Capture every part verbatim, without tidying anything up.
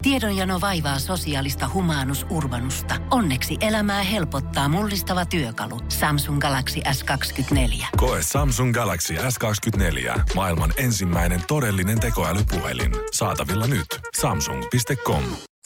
Tiedonjano vaivaa sosiaalista humanus urbanusta. Onneksi elämää helpottaa mullistava työkalu. Samsung Galaxy S kaksikymmentäneljä. Koe Samsung Galaxy S kaksikymmentäneljä. Maailman ensimmäinen todellinen tekoälypuhelin. Saatavilla nyt. Samsung piste com.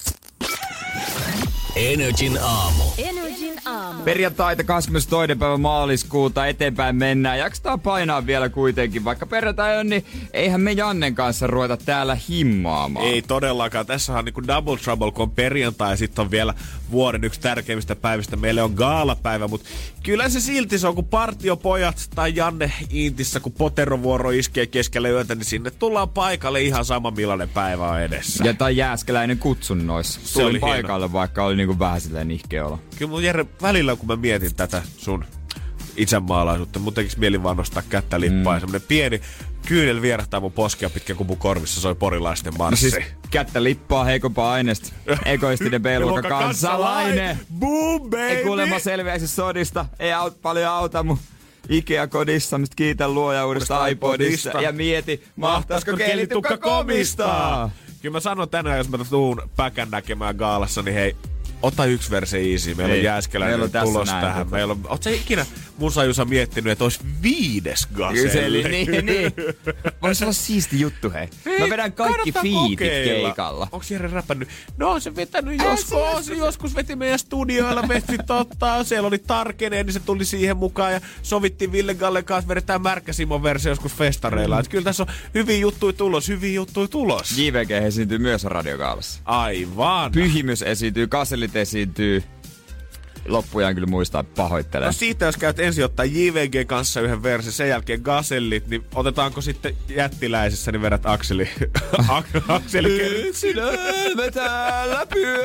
Energin aamu. Energin aamu. Perjantaita kahdeskymmenestoinen päivä maaliskuuta, eteenpäin mennään. Jaksetaan painaa vielä kuitenkin, vaikka perjantai on, niin eihän me Jannen kanssa ruveta täällä himmaamaan. Ei todellakaan. Tässä on niinku double trouble, kun on perjantai ja sitten on vielä vuoden yksi tärkeimmistä päivistä. Meille on gaalapäivä, mutta kyllä se silti se on, kun partiopojat tai Janne Intissä, kun poterovuoro iskee keskellä yötä, niin sinne tullaan paikalle ihan sama millainen päivä on edessä. Ja tai Jääskeläinen kutsunnoissa. Se Tulin oli paikalle, hieno. vaikka oli niinku vähän silleen nihkeä olo. Kyllä mun Jere, välillä kun mä mietin tätä sun itsemaalaisuutta, mun tekis mieli vaan nostaa kättä lippaa mm. ja semmonen pieni kyynel vierähtää mun poskea pitkä, kun mun korvissa soi porilaisten marssi. No siis kättä lippaa heikompaa aineesta. Egoistinen B-luokan kansalainen. Boom, baby! Ei kuulemma selviäisi sodista. Ei aut, paljon auta mun Ikea-kodissa, mistä kiitän luoja uudesta iPodista. Ja mieti, mahtaisiko kelitukka komistaa? Kyllä mä sanon tänään, jos mä tuun Päkän näkemään gaalassa, niin hei, ota yksi verse easy. Meillä Hei, on Jääskeläinen tulos tähän. Tota. Meillä on, oot sä ikinä mun Jusa miettinyt, että olisi viides gaselle? Niin, niin. Voisi olla siisti juttu, hei. hei mä vedän kaikki fiitit keikalla. Onks Jere räpännyt? No on se vetänyt joskus. Joskus veti meidän studioilla, veti totta. Siellä oli Tarkeneen, niin se tuli siihen mukaan. Ja sovittiin Ville Gallen kanssa, vedetään Märkä Simon versio joskus festareilla. Mm. Et kyllä tässä on hyviä juttuja tulos, hyviä juttuja tulos. J V G esiintyy myös radiokaalassa. Aivan. Pyhimys esiintyy, Kaselit esiintyy. Loppujaan kyllä muistaa pahoittelee. No siitä, jos käyt ensin ottaa J V G kanssa yhden versin, sen jälkeen Gasellit, niin otetaanko sitten Jättiläisessä, niin vedät Akseli. Akseli. Yksinään me täällä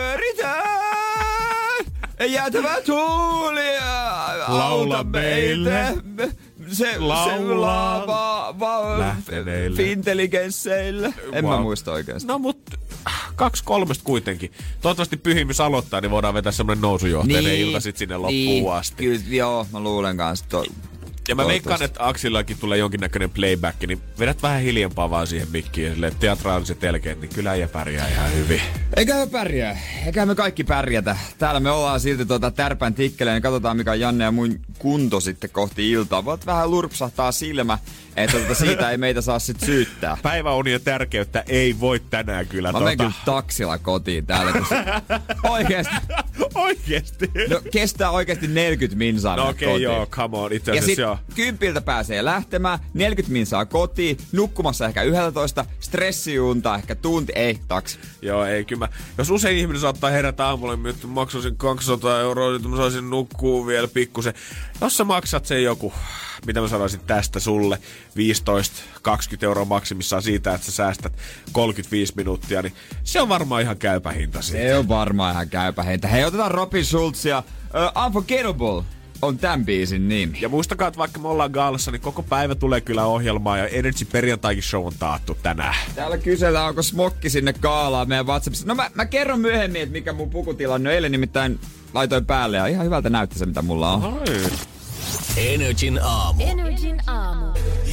pyöritään. Jäätävä tuulia. Laula meille. Se laulaa va, va, fintelligensseille. En wow. mä muista oikeasti. No mut kaksi kolmesta kuitenkin. Toivottavasti Pyhimys aloittaa, niin voidaan vetää semmonen nousujohteinen niin, ilta sit sinne loppuun niin, asti. Kyllä, joo, mä luulen kanssa. To- ja mä veikkaan, että Aksillakin tulee jonkinnäköinen playback, niin vedät vähän hiljempaa vaan siihen mikkiin. Silleen teatraaliset elkeet, niin kyllä äijä pärjää ihan hyvin. Eikä me pärjää. Eikä me kaikki pärjätä. Täällä me ollaan silti tuota tärpän tikkeleen. Katsotaan mikä on Janne ja mun kunto sitten kohti iltaa. Voit vähän lurpsahtaa silmä, että tuota siitä ei meitä saa sit syyttää. Päiväunien tärkeyttä ei voi tänään kyllä. Mä menen tuota. kyllä taksilla kotiin täällä. Kun se... Oikeesti. Oikeesti? No kestää oikeesti neljäkymmentä minsaa. No okei okay, joo, come on. Itse asiassa joo. Kympiltä pääsee lähtemään, neljäkymmentä minsaa kotiin, nukkumassa ehkä yksitoista, stressiunta ehkä tunti, ei, taksi. Joo, ei kyllä. Jos usein ihminen saattaa herätä aamulla, niin että maksaisin kaksisataa euroa, että mä saisin nukkua vielä pikkusen. Jos sä maksat sen joku, mitä mä sanoisin tästä sulle, viisitoista kaksikymmentä euroa maksimissaan siitä, että sä säästät kolmekymmentäviisi minuuttia, niin se on varmaan ihan käypä hinta siitä. Se on varmaan ihan käypä hinta. Hei, otetaan Robin Schulzia. Uh, Unforgettable on tämän biisin nimi. Ja muistakaa, että vaikka me ollaan gaalassa, niin koko päivä tulee kyllä ohjelmaa ja Energy perjantaikin show on taattu tänään. Täällä kysellään, onko smokki sinne gaalaan meidän WhatsAppissa. No mä, mä kerron myöhemmin, että mikä mun pukutilanne on. Eilen nimittäin laitoin päälle ja ihan hyvältä näytti se, mitä mulla on. Oi. Energin aamu. Energin aamu.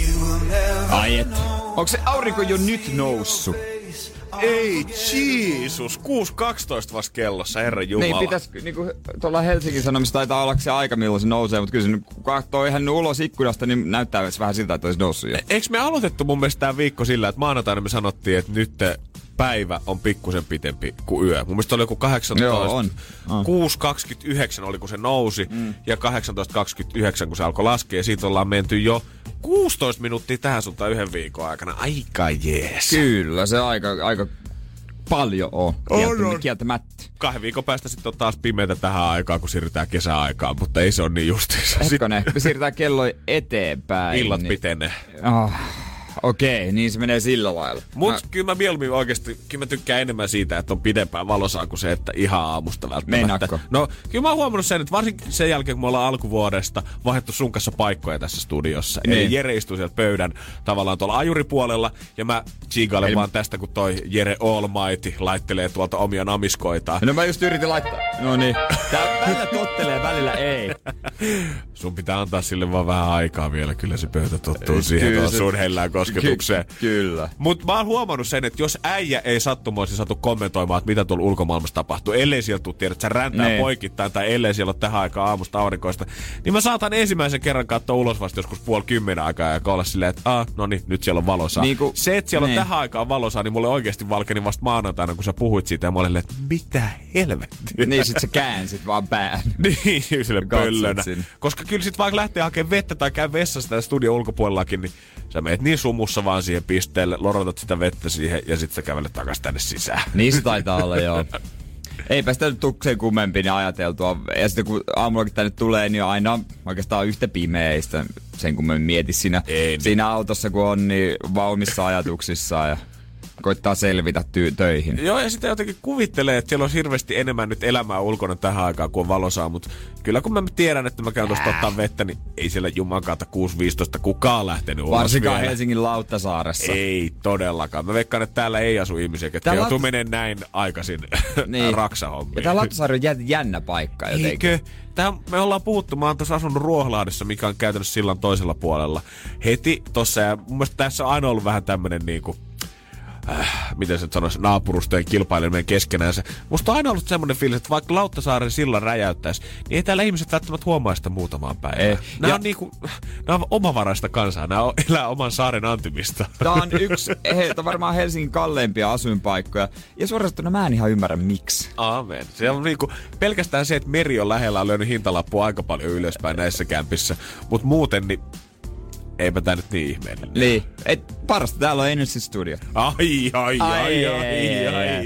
Ai et. Onko se aurinko jo nyt noussut? Ei, Jeesus. kuusi kaksitoista vasta kellossa, herran jumala. Niin, pitäis, niinku, tuolla Helsingin Sanomissa taitaa olla se aika, milloin se nousee, mutta kyllä se kun katsoo ihan ulos ikkunasta, niin näyttää vähän siltä, että olisi noussut jo. Eikö me aloitettu mun mielestä tää viikko sillä, että maanantaina me sanottiin, että nyt päivä on pikkusen pitempi kuin yö. Mun mielestä oli joku kahdeksantoista. Joo, on. on. kuusi kaksikymmentäyhdeksän oli, kun se nousi, mm. ja kahdeksantoista kaksikymmentäyhdeksän, kun se alkoi laskea, ja siitä ollaan menty jo kuusitoista minuuttia tähän suuntaan yhden viikon aikana. Aika jees. Kyllä, se aika, aika paljon on. On, on. Kieltämättä. Kahden viikon päästä sitten on taas pimeätä tähän aikaan, kun siirrytään kesäaikaan, mutta ei se ole niin justiinsa. Hetkonen, me siirrytään kello eteenpäin. Illat niin... pitenee. Oh. Okei, okay, niin se menee sillä lailla. Mut mä... kyllä mä mieluummin oikeesti, kyllä mä tykkään enemmän siitä, että on pidempään valosaa kuin se, että ihan aamusta välttämättä. Meinaatko? No, kyllä mä oon huomannut sen, että varsinkin sen jälkeen, kun me ollaan alkuvuodesta vaihdettu sun kanssa paikkoja tässä studiossa. Niin. Eli Jere istuu sieltä pöydän tavallaan tuolla ajuripuolella, ja mä chigailen Eli... vaan tästä, kun toi Jere Almighty laittelee tuolta omia namiskoitaan. No mä just yritin laittaa, No niin. Tää välillä tottelee, välillä ei. Sun pitää antaa sille vaan vähän aikaa vielä. Kyllä se pöytä tottuu Kyllä siihen tuohon se- sun hellään kosketukseen. Ky- kyllä. Mut mä oon huomannut sen, että jos äijä ei sattumoisin satu kommentoimaan, että mitä tuolla ulkomaailmassa tapahtuu, ellei sieltä tuu tiedät, että sä räntää Nee. poikittain tai ellei siellä ole tähän aikaan aamusta aurinkoista, niin mä saatan ensimmäisen kerran katsoa ulos vasta joskus puoli kymmenen aikaa ja olla silleen, että aah, no niin, nyt siellä on valosaa. Niin kun- se, että siellä nee. on tähän aikaan valosaa, niin mulle oikeasti valkeni vasta maanantaina, kun sä puhuit siitä ja mä olin, että mitä helvettiä. Niin sit sä käänsit vaan pään. Niin, sille Katsot pöllönä. sinne. Koska kyllä sit vaikka lähtee hakemaan vettä tai käy vessassa täällä studion ulkopuolellakin, niin sä meet niin sumussa vaan siihen pisteelle, lorotat sitä vettä siihen ja sit sä kävelet takas tänne sisään. Niin se taitaa olla, joo. Eipä sitä nyt tukseen kummempi niin ajateltua. Ja sitten kun aamullakin tänne tulee, niin on aina oikeastaan yhtä pimeä. Ei sitä sen kummemmin mieti siinä, Ei niin. siinä autossa, kun on niin valmissa ajatuksissaan ja koittaa selvitä ty- töihin. Joo, ja sitten jotenkin kuvittelee, että siellä on hirveästi enemmän nyt elämää ulkona tähän aikaan, kun on valosaa, mutta kyllä kun mä tiedän, että mä käyn tuosta ottaa vettä, niin ei siellä juman kautta kuusi viisitoista kukaan lähtenyt ulos Varsinkaan vielä. Helsingin Lauttasaaressa. Ei todellakaan. Mä veikkaan, että täällä ei asu ihmisiä, ketkä Tää joutuu Laut- meneen näin aikaisin Niin. raksahommiin. Ja tää Lauttasaari on jä- jännä paikka jotenkin. Eikö? Tähän me ollaan puhuttu, mä oon tuossa asunut Ruoholahdessa, mikä on käytännössä sillan toisella puolella. Heti tossa, ja mun mielestä tässä on aina ollut vähän tämmönen niinku, äh, miten se sanoisi, naapurustojen kilpaileminen keskenäänsä. Musta on aina ollut semmoinen fiilis, että vaikka Lauttasaaren sillan räjäyttäisi, niin ei täällä ihmiset välttämättä huomaa sitä muutamaan päivään. Ei. Nämä Ja- on niinku, nämä on omavaraista kansaa, nämä on, elää oman saaren antimista. Tää on yksi, he, tää on varmaan Helsingin kalleimpia asuinpaikkoja. Ja suorastaan mä en ihan ymmärrä miksi. Aamen. Se on niinku, pelkästään se, että meri on lähellä, on lyönyt hintalappua aika paljon ylöspäin näissä kämpissä. Mut muuten, niin eipä tää nyt niin ihmeellinen. Niin, et parasta täällä on Energy Studio. Ai, ai, ai, ai, ai, ai, ai.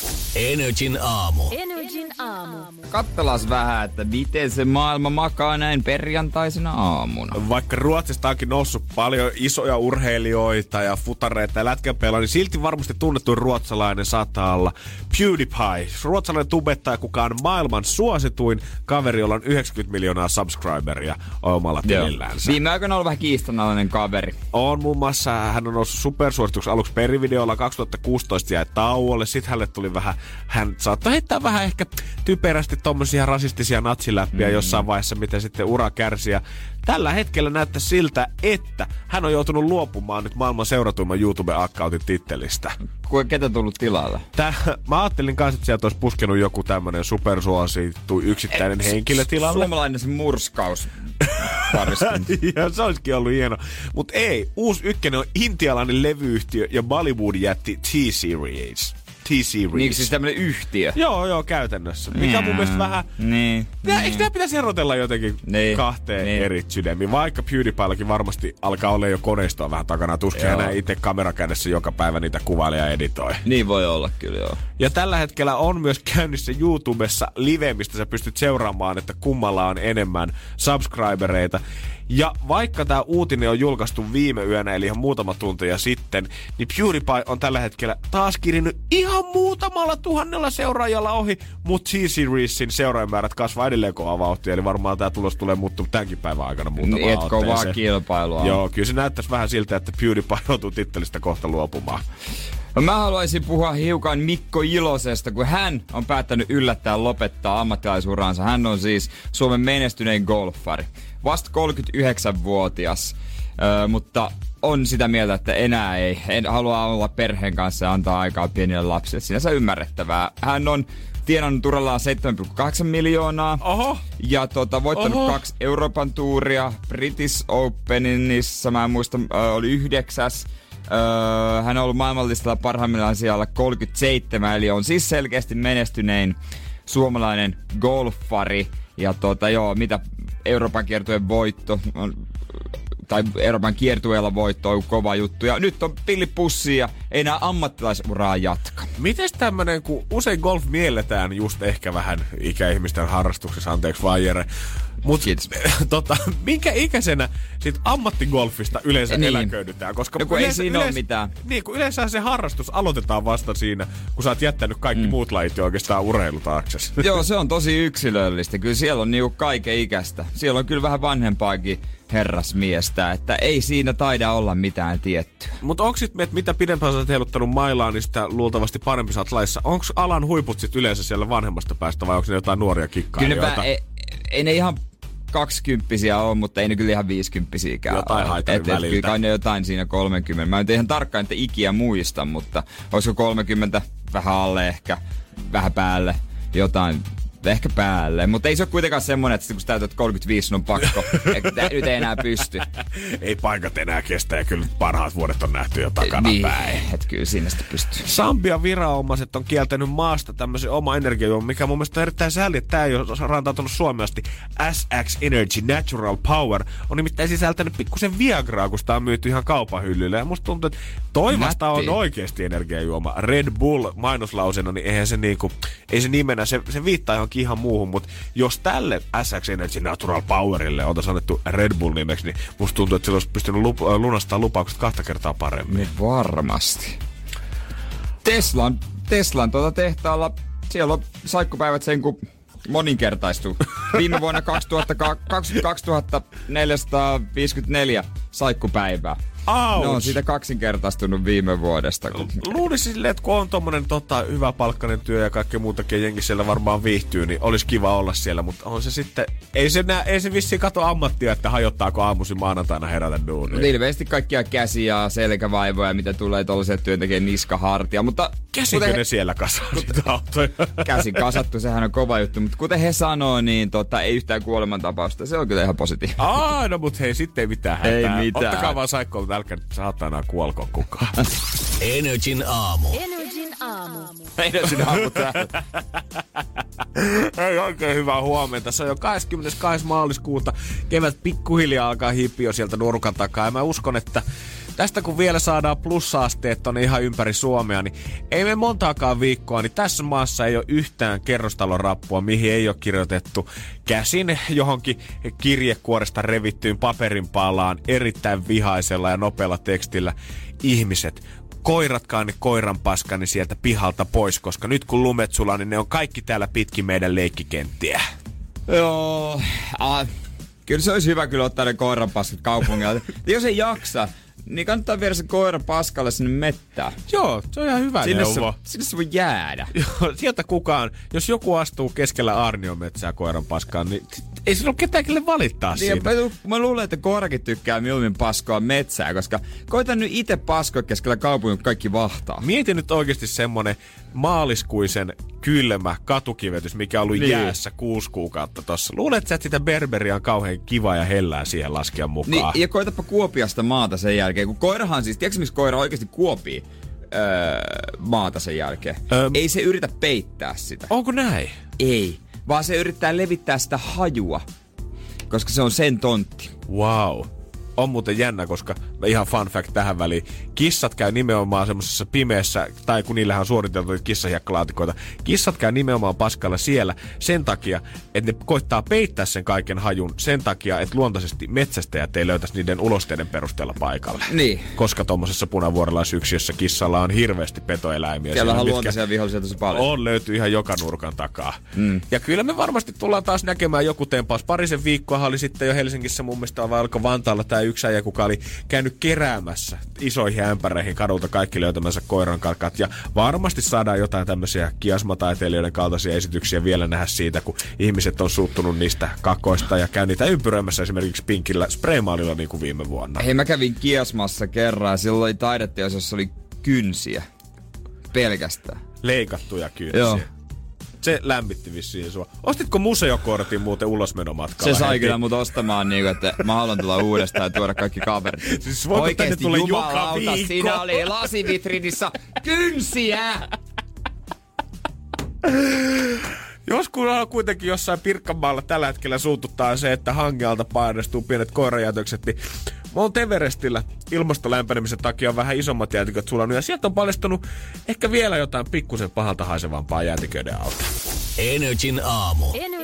Energin aamu. Energin aamu. Kattelas vähän, että miten se maailma makaa näin perjantaisena aamuna. Vaikka Ruotsista onkin noussut paljon isoja urheilijoita ja futareita ja lätkänpelaa, niin silti varmasti tunnettu ruotsalainen saattaa olla PewDiePie. Ruotsalainen tubettaja, kuka on maailman suosituin kaveri, jolla on yhdeksänkymmentä miljoonaa subscriberia omalla tilillänsä. Viime aikoina on ollut vähän kiistanalainen kaveri. On muun muassa, hän on noussut supersuosituksi aluksi perivideolla, kaksituhattakuusitoista jäi tauolle, sitten hänelle tuli vähän, hän saattoi heittää vähän ehkä typerästi tommosia rasistisia natsiläppiä mm. jossain vaiheessa, miten sitten ura kärsi. Ja tällä hetkellä näyttää siltä, että hän on joutunut luopumaan nyt maailman seuratuimman YouTube-accountin tittelistä. Kuinka ketä tullut tilalle? Tää, mä ajattelin kanssa, että sieltä olisi puskenut joku tämmönen supersuosittu yksittäinen henkilö tilalle. Suomalainen se murskaus. Pariskunta. Ja se olisikin ollut hieno. Mut ei, uusi ykkönen on intialainen levyyhtiö ja Bollywood-jätti T-Series. T-Series. Niin siis tämmönen yhtiö. Joo, joo, käytännössä. Mikä on mun mielestä vähän... Niin. Ja, eikö nää pitäisi erotella jotenkin Niin. kahteen Niin. eri sydämiin? Vaikka PewDiePiellakin varmasti alkaa olla jo koneistoa vähän takana. Tuskin Joo. hän itse kamerakädessä joka päivä niitä kuvailee ja editoi. Niin voi olla kyllä, joo. Ja tällä hetkellä on myös käynnissä YouTubessa live, mistä sä pystyt seuraamaan, että kummalla on enemmän subscribereita. Ja vaikka tämä uutinen on julkaistu viime yönä, eli ihan muutama tuntia sitten, niin PewDiePie on tällä hetkellä taas kirjannut ihan muutamalla tuhannella seuraajalla ohi, mutta T-Seriesin seuraajamäärät kasvaa edelleen kovaa vauhtia, eli varmaan tämä tulos tulee muuttumaan tämänkin päivän aikana muutamaan Niin, et kovaa otteeseen. kilpailua. Joo, kyllä se näyttäisi vähän siltä, että PewDiePie joutuu tittelistä kohta luopumaan. No mä haluaisin puhua hiukan Mikko Ilosesta, kun hän on päättänyt yllättää lopettaa ammattilaisuransa. Hän on siis Suomen menestynein golfari. Vasta kolmekymmentäyhdeksänvuotias, öö, mutta on sitä mieltä, että enää ei. En halua olla perheen kanssa ja antaa aikaa pienille lapsille. Sinänsä ymmärrettävää. Hän on tienannut urallaan seitsemän pilkku kahdeksan miljoonaa. Oho. Ja tota, voittanut Oho. kaksi Euroopan tuuria. British Openissa, mä en muista, öö, oli yhdeksäs. Öö, hän on ollut maailmanlistalla parhaimmillaan siellä kolmekymmentäseitsemän, eli on siis selkeästi menestynein suomalainen golfari. Ja tota joo, mitä Euroopan kiertueen voitto, on, tai Euroopan kiertueella voitto on kova juttu. Ja nyt on pilli pussiin ja ei enää ammattilaisuraa jatka. Mites tämmönen, kun usein golf mielletään just ehkä vähän ikäihmisten harrastuksessa, anteeksi vaan Jere, Mut Kiitos. tota, minkä ikäisenä sit ammattigolfista yleensä Niin. eläköidytään? Koska No kun ei siinä yleensä, oo mitään. Niin, kun yleensä se harrastus aloitetaan vasta siinä, kun sä oot jättänyt kaikki mm. muut lajit jo oikeastaan urheilu taaksesi. Joo, se on tosi yksilöllistä. Kyllä siellä on niinku kaiken ikäistä. Siellä on kyllä vähän vanhempaakin herrasmiestä, että ei siinä taida olla mitään tiettyä. Mutta onko sit, että mitä pidempään sä oot heiluttanut mailaa, niin sitä luultavasti parempi sä oot laissa. Onko alan huiput sit yleensä siellä vanhemmasta päästä vai onko ne jotain nuoria kikkailijoita? Kyllä ne, ei, ei ne ihan kaksikymppisiä ole, mutta ei ne kyllä ihan viisikymppisiäkään jotain haitarin et, et, väliltä. Kyllä kai ne jotain siinä kolmekymmentä. Mä en ihan tarkkaan niitä ikiä muista, mutta olisiko kolmekymmentä vähän alle ehkä, vähän päälle, jotain. Ehkä päälle, mutta ei se ole kuitenkaan semmoinen, että kun sä täytät kolmekymmentäviisi, sun on pakko. Että nyt ei enää pysty. Ei paikat enää kestä ja kyllä parhaat vuodet on nähty jo takana niin, päin. että kyllä siinä sitä pystyy. Sambian viranomaiset on kieltänyt maasta tämmöisen oma energiajuoman, mikä mun mielestä on erittäin sääli, että tää ei ole rantautunut Suomeen asti. S X Energy Natural Power on nimittäin sisältänyt pikkusen Viagraa, kun sitä on myyty ihan kaupan hyllylle. Ja musta tuntuu, että toi vasta on oikeasti energiajuoma. Red Bull mainoslauseena, niin eihän se niinku, ei se nimenä, se, se viittaa johonkin ihan muuhun, mutta jos tälle S X Energy Natural Powerille oltaisiin annettu Red Bull nimeksi, niin musta tuntuu, että sillä olisi pystynyt lup- lunastamaan lupaukset kahta kertaa paremmin. Niin varmasti. Teslan, Teslan tuota tehtaalla, siellä on saikkupäivät sen, kun moninkertaistuu. Viime vuonna kaksituhattaneljäsataaviisikymmentäneljä saikkupäivää. Ouch. Ne on siitä kaksinkertaistunut viime vuodesta. Luulisin silleen, että kun on tommonen tota, hyvä palkkainen työ ja kaikkea muutakin, jengi siellä varmaan viihtyy, niin olisi kiva olla siellä, mutta on se sitten, ei se, nää, ei se vissiin kato ammattia, että hajottaako aamuisin maanantaina herätä duuniin. Mutta ilmeisesti kaikkia käsiä ja selkävaivoja, mitä tulee tollaisia työntekijän niskahartia, mutta... Käsikö ne siellä kasaa niitä autoja? Käsin kasattu, sehän on kova juttu, mutta kuten he sanoo, niin tota, ei yhtään kuolemantapausta. Se on kyllä ihan positiivista. Aa, no mut hei, sitten ei mitään hätää. Ei mitään. Ottakaa vaan saikkoon, älkää nyt saatana kuolkoon kukaan. Energin aamu. Energin aamu. Energin aamu täällä. Ei oikein hyvää huomenta. Se on jo kahdeskymmenestoinen maaliskuuta. Kevät pikkuhiljaa alkaa hiippiä sieltä nurkan takaa. Ja mä uskon, että tästä kun vielä saadaan plussaasteet tonne ihan ympäri Suomea, niin ei me montaakaan viikkoa, niin tässä maassa ei ole yhtään kerrostalon rappua, mihin ei ole kirjoitettu käsin johonkin kirjekuoresta revittyyn paperinpalaan erittäin vihaisella ja nopealla tekstillä. Ihmiset, koiratkaan ne koiran paskani sieltä pihalta pois, koska nyt kun lumet sulaa, niin ne on kaikki täällä pitkin meidän leikkikenttiä. Joo, ah, kyllä se olisi hyvä kyllä ottaa ne koiranpaskat kaupungilla. Jos ei jaksa, niin kannattaa viedä se koira paskalle sinne mettään. Joo, se on ihan hyvä Sinne neuvo. se, sinne se voi jäädä. Joo, sieltä kukaan, jos joku astuu keskellä aarniometsää koiran paskaan, niin ei sillä ole ketään kelle valittaa Niin, siitä. mä, mä luulen, että koirakin tykkää mieluummin paskoa metsää, koska koitan nyt itse paskoa keskellä kaupungin, kun kaikki vahtaa. Mieti nyt oikeasti semmonen maaliskuisen kylmä katukivetys, mikä on ollut Niin. jäässä kuusi kuukautta tossa. Luulet, että sä et sitä Berberiä on kauhean kiva ja hellää siihen laskea mukaan. Niin, ja koitapa kuopia sitä maata sen jälkeen, kun koirahan siis, tiedätkö miksi koira oikeasti kuopii öö, maata sen jälkeen? Öm. Ei se yritä peittää sitä. Onko näin? Ei, vaan se yrittää levittää sitä hajua, koska se on sen tontti. Wow. On muuten jännä, koska ihan fun fact tähän väliin. Kissat käy nimenomaan semmoisessa pimeässä, tai kun niillähän on suoriteltu kissahiekkalaatikoita. Kissat käy nimenomaan paskalla siellä sen takia, että ne koittaa peittää sen kaiken hajun sen takia, että luontaisesti metsästäjät ei löytäisi niiden ulosteiden perusteella paikalle. Niin. Koska tuommoisessa punavuorilaisyksiössä kissalla on hirveästi petoeläimiä. Siellä on mitkä luontaisia vihollisia tosi paljon. on, löytyy ihan joka nurkan takaa. Mm. Ja kyllä me varmasti tullaan taas näkemään joku tempaus. Parisen viikkoa oli sitten jo Helsingissä mun mielestä, vai alkoi Vantaalla tämä yksi äijä, kuka oli käynyt keräämässä isoihin ämpäreihin kadulta kaikki löytämänsä koirankarkat. Ja varmasti saadaan jotain tämmöisiä kiasmataiteilijoiden kaltaisia esityksiä vielä nähdä siitä, kun ihmiset on suuttunut niistä kakoista ja käy niitä ympyröimässä esimerkiksi pinkillä spraymaalilla niin kuin viime vuonna. Hei, mä kävin Kiasmassa kerran ja silloin oli taideteos, jossa oli kynsiä. Pelkästään. Leikattuja kynsiä. Joo. Se lämmitti vissiin sua. Ostitko museokortin muuten ulosmenomatkalla? Se sai heti? kyllä mut ostamaan niinku, että mä haluan tulla uudestaan ja tuoda kaikki kaverit. Siis voiko tänne tulla joka jumalauta, viikko? siinä oli lasivitrinissä kynsiä! Joskus on kuitenkin jossain Pirkkanmaalla tällä hetkellä suututtaa se, että hangealta painastuu pienet koirajätökset, niin Mount Everestillä ilmaston lämpenemisen takia on vähän isommat jäätiköt sulanut, ja sieltä on paljastunut ehkä vielä jotain pikkusen pahalta haisevampaa jäätiköiden alta. Energin aamu. Ener-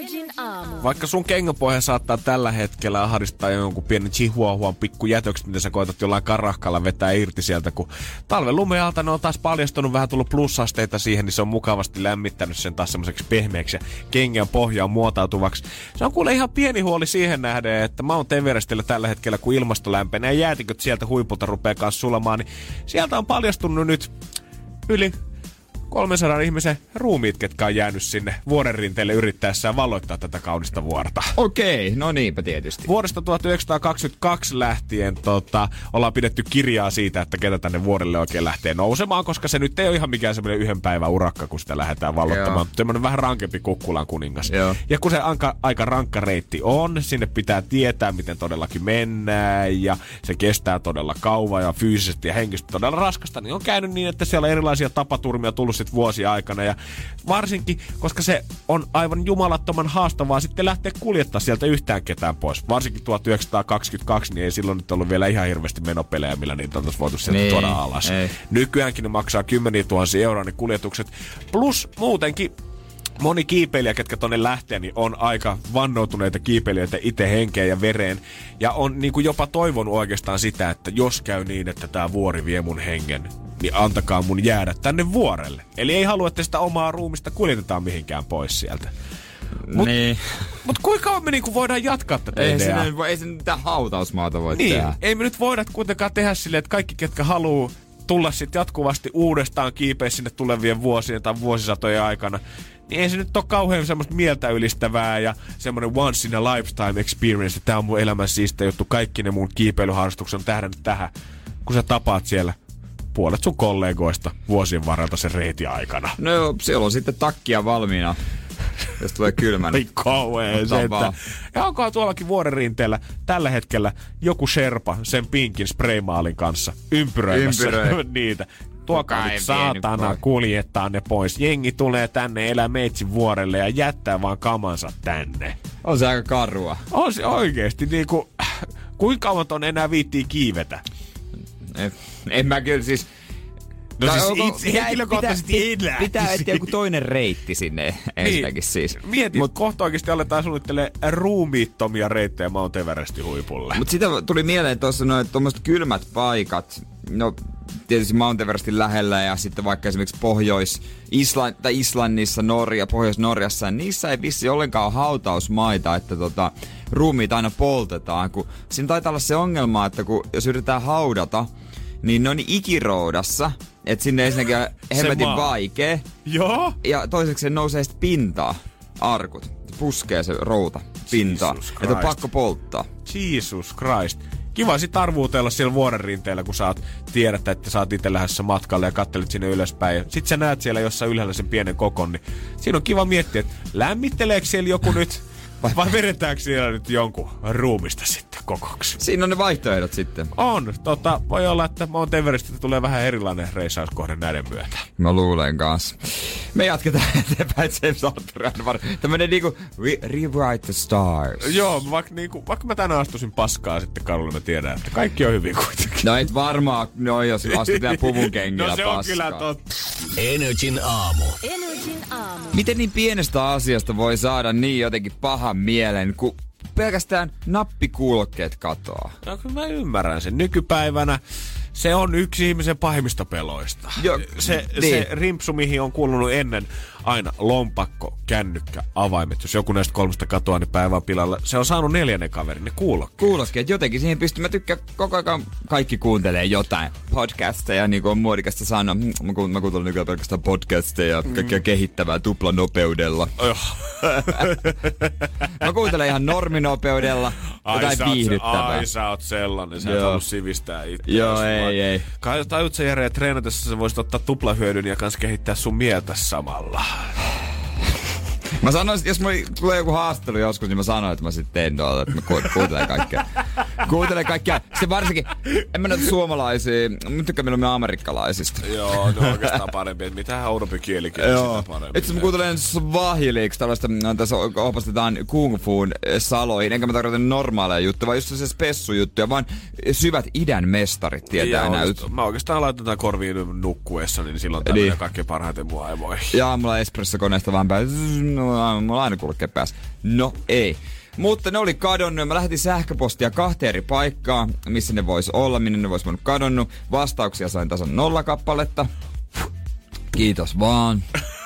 Energin aamu. Vaikka sun kengänpohja saattaa tällä hetkellä ahdistaa jonkun pienen chihuahuan pikku jätökset, mitä sä koetat jollain karahkalla vetää irti sieltä, kun talven lumealta ne on taas paljastunut, vähän tullut plussasteita siihen, niin se on mukavasti lämmittänyt sen taas semmoiseksi pehmeäksi ja kengän pohjaan muotautuvaksi. Se on kuule ihan pieni huoli siihen nähden, että Mount Everestillä tällä hetkellä, kun ilmasto lämpenee ja jäätiköt sieltä huipulta rupeaa kanssa sulamaan, niin sieltä on paljastunut nyt yli kolmensadan ihmisen ruumiit, ketkä on jäänyt sinne vuoren rinteelle yrittäessään valloittaa tätä kaunista vuorta. Okei, no niinpä tietysti. Vuodesta tuhatyhdeksänsataakaksikymmentäkaksi lähtien tota, ollaan pidetty kirjaa siitä, että ketä tänne vuorelle oikein lähtee nousemaan, koska se nyt ei ole ihan mikään semmoinen yhden päivän urakka, kun sitä lähdetään valloittamaan. Semmoinen vähän rankempi kukkulan kuningas. Joo. Ja kun se anka, aika rankka reitti on, sinne pitää tietää, miten todellakin mennään, ja se kestää todella kauan ja fyysisesti ja henkisesti todella raskasta, niin on käynyt niin, että siellä on erilaisia tapaturmia tullut sit vuosien aikana, ja varsinkin, koska se on aivan jumalattoman haastavaa sitten lähteä kuljettaa sieltä yhtään ketään pois. Varsinkin tuhatyhdeksänsataakaksikymmentäkaksi, niin ei silloin nyt ollut vielä ihan hirveästi menopelejä, millä niitä on voitu sieltä niin tuoda alas. Ei. Nykyäänkin ne maksaa kymmeniä tuhansia euroa ne kuljetukset. Plus muutenkin moni kiipeilijä, ketkä tonne lähtee, niin on aika vannoutuneita kiipeilijöitä itse henkeen ja vereen. Ja on niin kuin jopa toivonut oikeastaan sitä, että jos käy niin, että tää vuori vie mun hengen, niin antakaa mun jäädä tänne vuorelle. Eli ei halua, että sitä omaa ruumista kuljetetaan mihinkään pois sieltä. Mut, niin. Mut kuinka kauan me niinku voidaan jatkaa tätä ei ideaa? Sinne, ei sinne mitään hautausmaata voi niin, tehdä. Ei me nyt voida kuitenkaan tehdä silleen, että kaikki, ketkä haluu tulla sitten jatkuvasti uudestaan kiipeä sinne tulevien vuosien tai vuosisatojen aikana, niin ei se nyt ole kauhean semmoista mieltä ylistävää ja semmoinen once in a lifetime experience, että tää on mun elämän siistä juttu, kaikki ne mun kiipeilyharrastukset on tähdännyt tähän, kun sä tapaat siellä puolet sun kollegoista vuosien varrelta sen reitin aikana. No joo, siellä on sitten takkia valmiina, jos tulee kylmänä. Ei kauhean se, että... Ja onkohan tuollakin vuoren rinteellä tällä hetkellä joku sherpa sen pinkin spraymaalin kanssa ympyröimässä Ympyröi. niitä. Tuokaa nyt saatana kuljettaa ne pois. Jengi tulee tänne elää meitsin vuorelle ja jättää vaan kamansa tänne. On se aika karua. On se oikeesti niinku... Kuinka kauan ton enää viittii kiivetä? En, en mä kyllä siis... No tai siis onko, itse henkilökohtaisesti enää. Pitää etsiä joku toinen reitti sinne ensinnäkin niin, siis. Mieti, mut kohta oikeesti aletaan suunnittelemaan ruumiittomia reittejä Mount Everestin huipulle. Mut sitä tuli mieleen tuossa noin tommoset kylmät paikat. No tietysti Mount Everestin lähellä ja sitten vaikka esimerkiksi Pohjois-Islann, tai Islannissa, Norja, Pohjois-Norjassa, niissä ei vissi ollenkaan ole hautausmaita, että tota, ruumiit aina poltetaan. Kun siinä taitaa olla se ongelma, että kun, jos yritetään haudata, niin ne on ikiroudassa, että sinne ensinnäkin on hemmetin vaikea. Joo. Ja toiseksi se nousee sitten pintaa, arkut. Se puskee se routa pintaa. Että on pakko polttaa. Jesus Christ. Kiva sit arvuutella siellä vuoren rinteellä, kun saat tiedät, että sä oot itse lähdössä matkalle ja kattelet sinne ylöspäin. Ja sit sä näet siellä jossain ylhäällä sen pienen kokon, niin siinä on kiva miettiä, että lämmitteleekö siellä joku nyt vai, vai vedetäänkö siellä nyt jonkun ruumista sitten kokoksi? Siinä on ne vaihtoehdot sitten. On. Tota, voi olla, että Mount Everestistä tulee vähän erilainen reissauskohde näiden myötä. Mä luulen kanssa. Me jatketaan eteenpäin James Arthur. Tämmönen niinku re- rewrite the stars. Joo, vaikka, niinku, vaikka mä tänään astuisin paskaa sitten kadulle, mä tiedän, että kaikki on hyvin kuitenkin. No et varmaan, no jos astut vielä puvun kengillä no se paskaa. on kyllä totta. Energin aamu. Energin aamu. Miten niin pienestä asiasta voi saada niin jotenkin pahan mielen, kun pelkästään nappikuulokkeet katoaa? No kyllä mä ymmärrän sen. Nykypäivänä se on yksi ihmisen pahimmista peloista. Jo, se, niin. se rimpsu, mihin on kuulunut ennen aina lompakko, kännykkä, avaimet. Jos joku näistä kolmesta katoaa, niin päivän pilalla. Se on saanut neljännen kaverin, ne kuulokkeet. Kuulokkeet, jotenkin siihen pystyy. Mä tykkään koko ajan, kaikki kuuntelee jotain podcasteja, niin kuin on muodikasta sanoa. Mä, ku, mä kuuntelen nykyään pelkästään podcasteja, kaikkea mm. kehittävää tuplanopeudella. Oh. Mä kuuntelen ihan norminopeudella, jotain viihdyttävää. Ai sä oot sellainen, sä et halua sivistää itseäsi. Joo, ei, ei. Kai tajut sä Jere, treenatessa sä voisit ottaa tuplahyödyn ja kans kehittää sun mieltä samalla. Mä sanoisin, jos mulla tulee joku haastattelu joskus, niin mä sanoin, että mä sit teen tuolta, että mä ku- kuuntelen kaikkea, Kuuntele kaikkia. Sitten varsinkin, en mä näitä suomalaisia, mä tykkään mieluummin amerikkalaisista. Joo, no oikeastaan parempi. Mitä oudompi kielikin, sitä parempi. Itse mä kuuntelen swahiliksi, tällaista, tässä opastetaan kung fuun saloihin. Enkä mä tarkoita normaaleja juttuja, vaan just se spessujuttuja, vaan syvät idän mestarit tietää näyt. Mä oikeastaan laitan tämän korviin nukkuessa, niin silloin tämä niin. Kaikkein parhaiten mua aivoihin. Ja mulla espressokoneesta vaan päin. No, mulla aina kulkee päässä. No ei. Mutta ne oli kadonnut. Mä lähetin sähköpostia kahteen eri paikkaan, missä ne vois olla, minne ne vois voinut kadonnut. Vastauksia sain tasan nolla kappaletta. Kiitos vaan.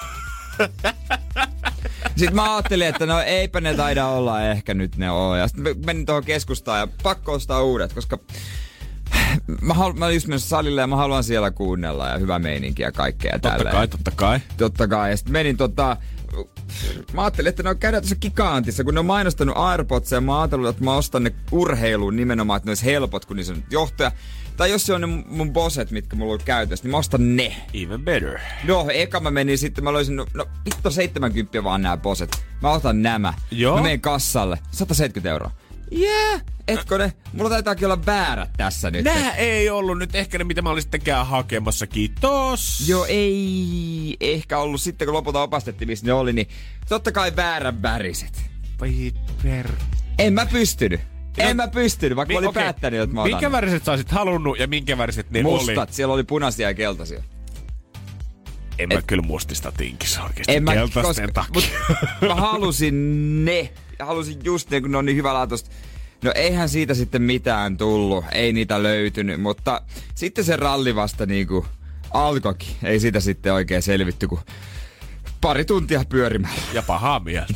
Sitten mä ajattelin, että no eipä ne taida olla, ehkä nyt ne on. Ja sitten menin tuohon keskustaan ja pakko ostaa uudet, koska mä, halu, mä olin just menossa salille ja mä haluan siellä kuunnella ja hyvä meininki ja kaikkea. Totta tälleen. kai, totta kai. Totta kai. Ja sitten menin tota... Mä ajattelin, että ne on käydään tuossa Gigantissa, kun ne on mainostanut AirPodsia. Mä ajattelin, että mä ostan ne urheiluun nimenomaan, että ne olisi helpot, kun niissä on johtaja. Tai jos se on ne mun Boset, mitkä mulla on käytössä, niin mä ostan ne. Even better. No, eka mä menin sitten, mä löysin, no, no vittu seitsemänkymmentä vaan nämä Boset. Mä otan nämä. Joo. Mä menen kassalle. sata seitsemänkymmentä euroa. Jää, yeah, etkö ne? Mulla taitaakin olla väärät tässä nyt. Nää ei ollut nyt ehkä ne, mitä mä olin sittenkään hakemassa. Kiitos. Joo, ei ehkä ollut sitten, kun lopulta opastettiin, missä ne oli, niin totta kai väärän väriset. Vai per... En mä pystynyt. En no, mä pystynyt, vaikka mi- mä olin okay. päättänyt, että mä otan. Minkä väriset sä olisit halunnut ja minkä väriset ne Mustat, oli? Mustat, siellä oli punaisia ja keltaisia. En Et, mä kyllä mustista tinkis oikeesti en keltaisten takia. Mut, mä halusin ne. Halusin just ne, kun ne on niin hyvälaatuista. No eihän siitä sitten mitään tullut. Ei niitä löytynyt, mutta sitten se ralli vasta niinku alkoikin. Ei siitä sitten oikein selvitty, kun pari tuntia pyörimällä. Ja pahaa mieltä.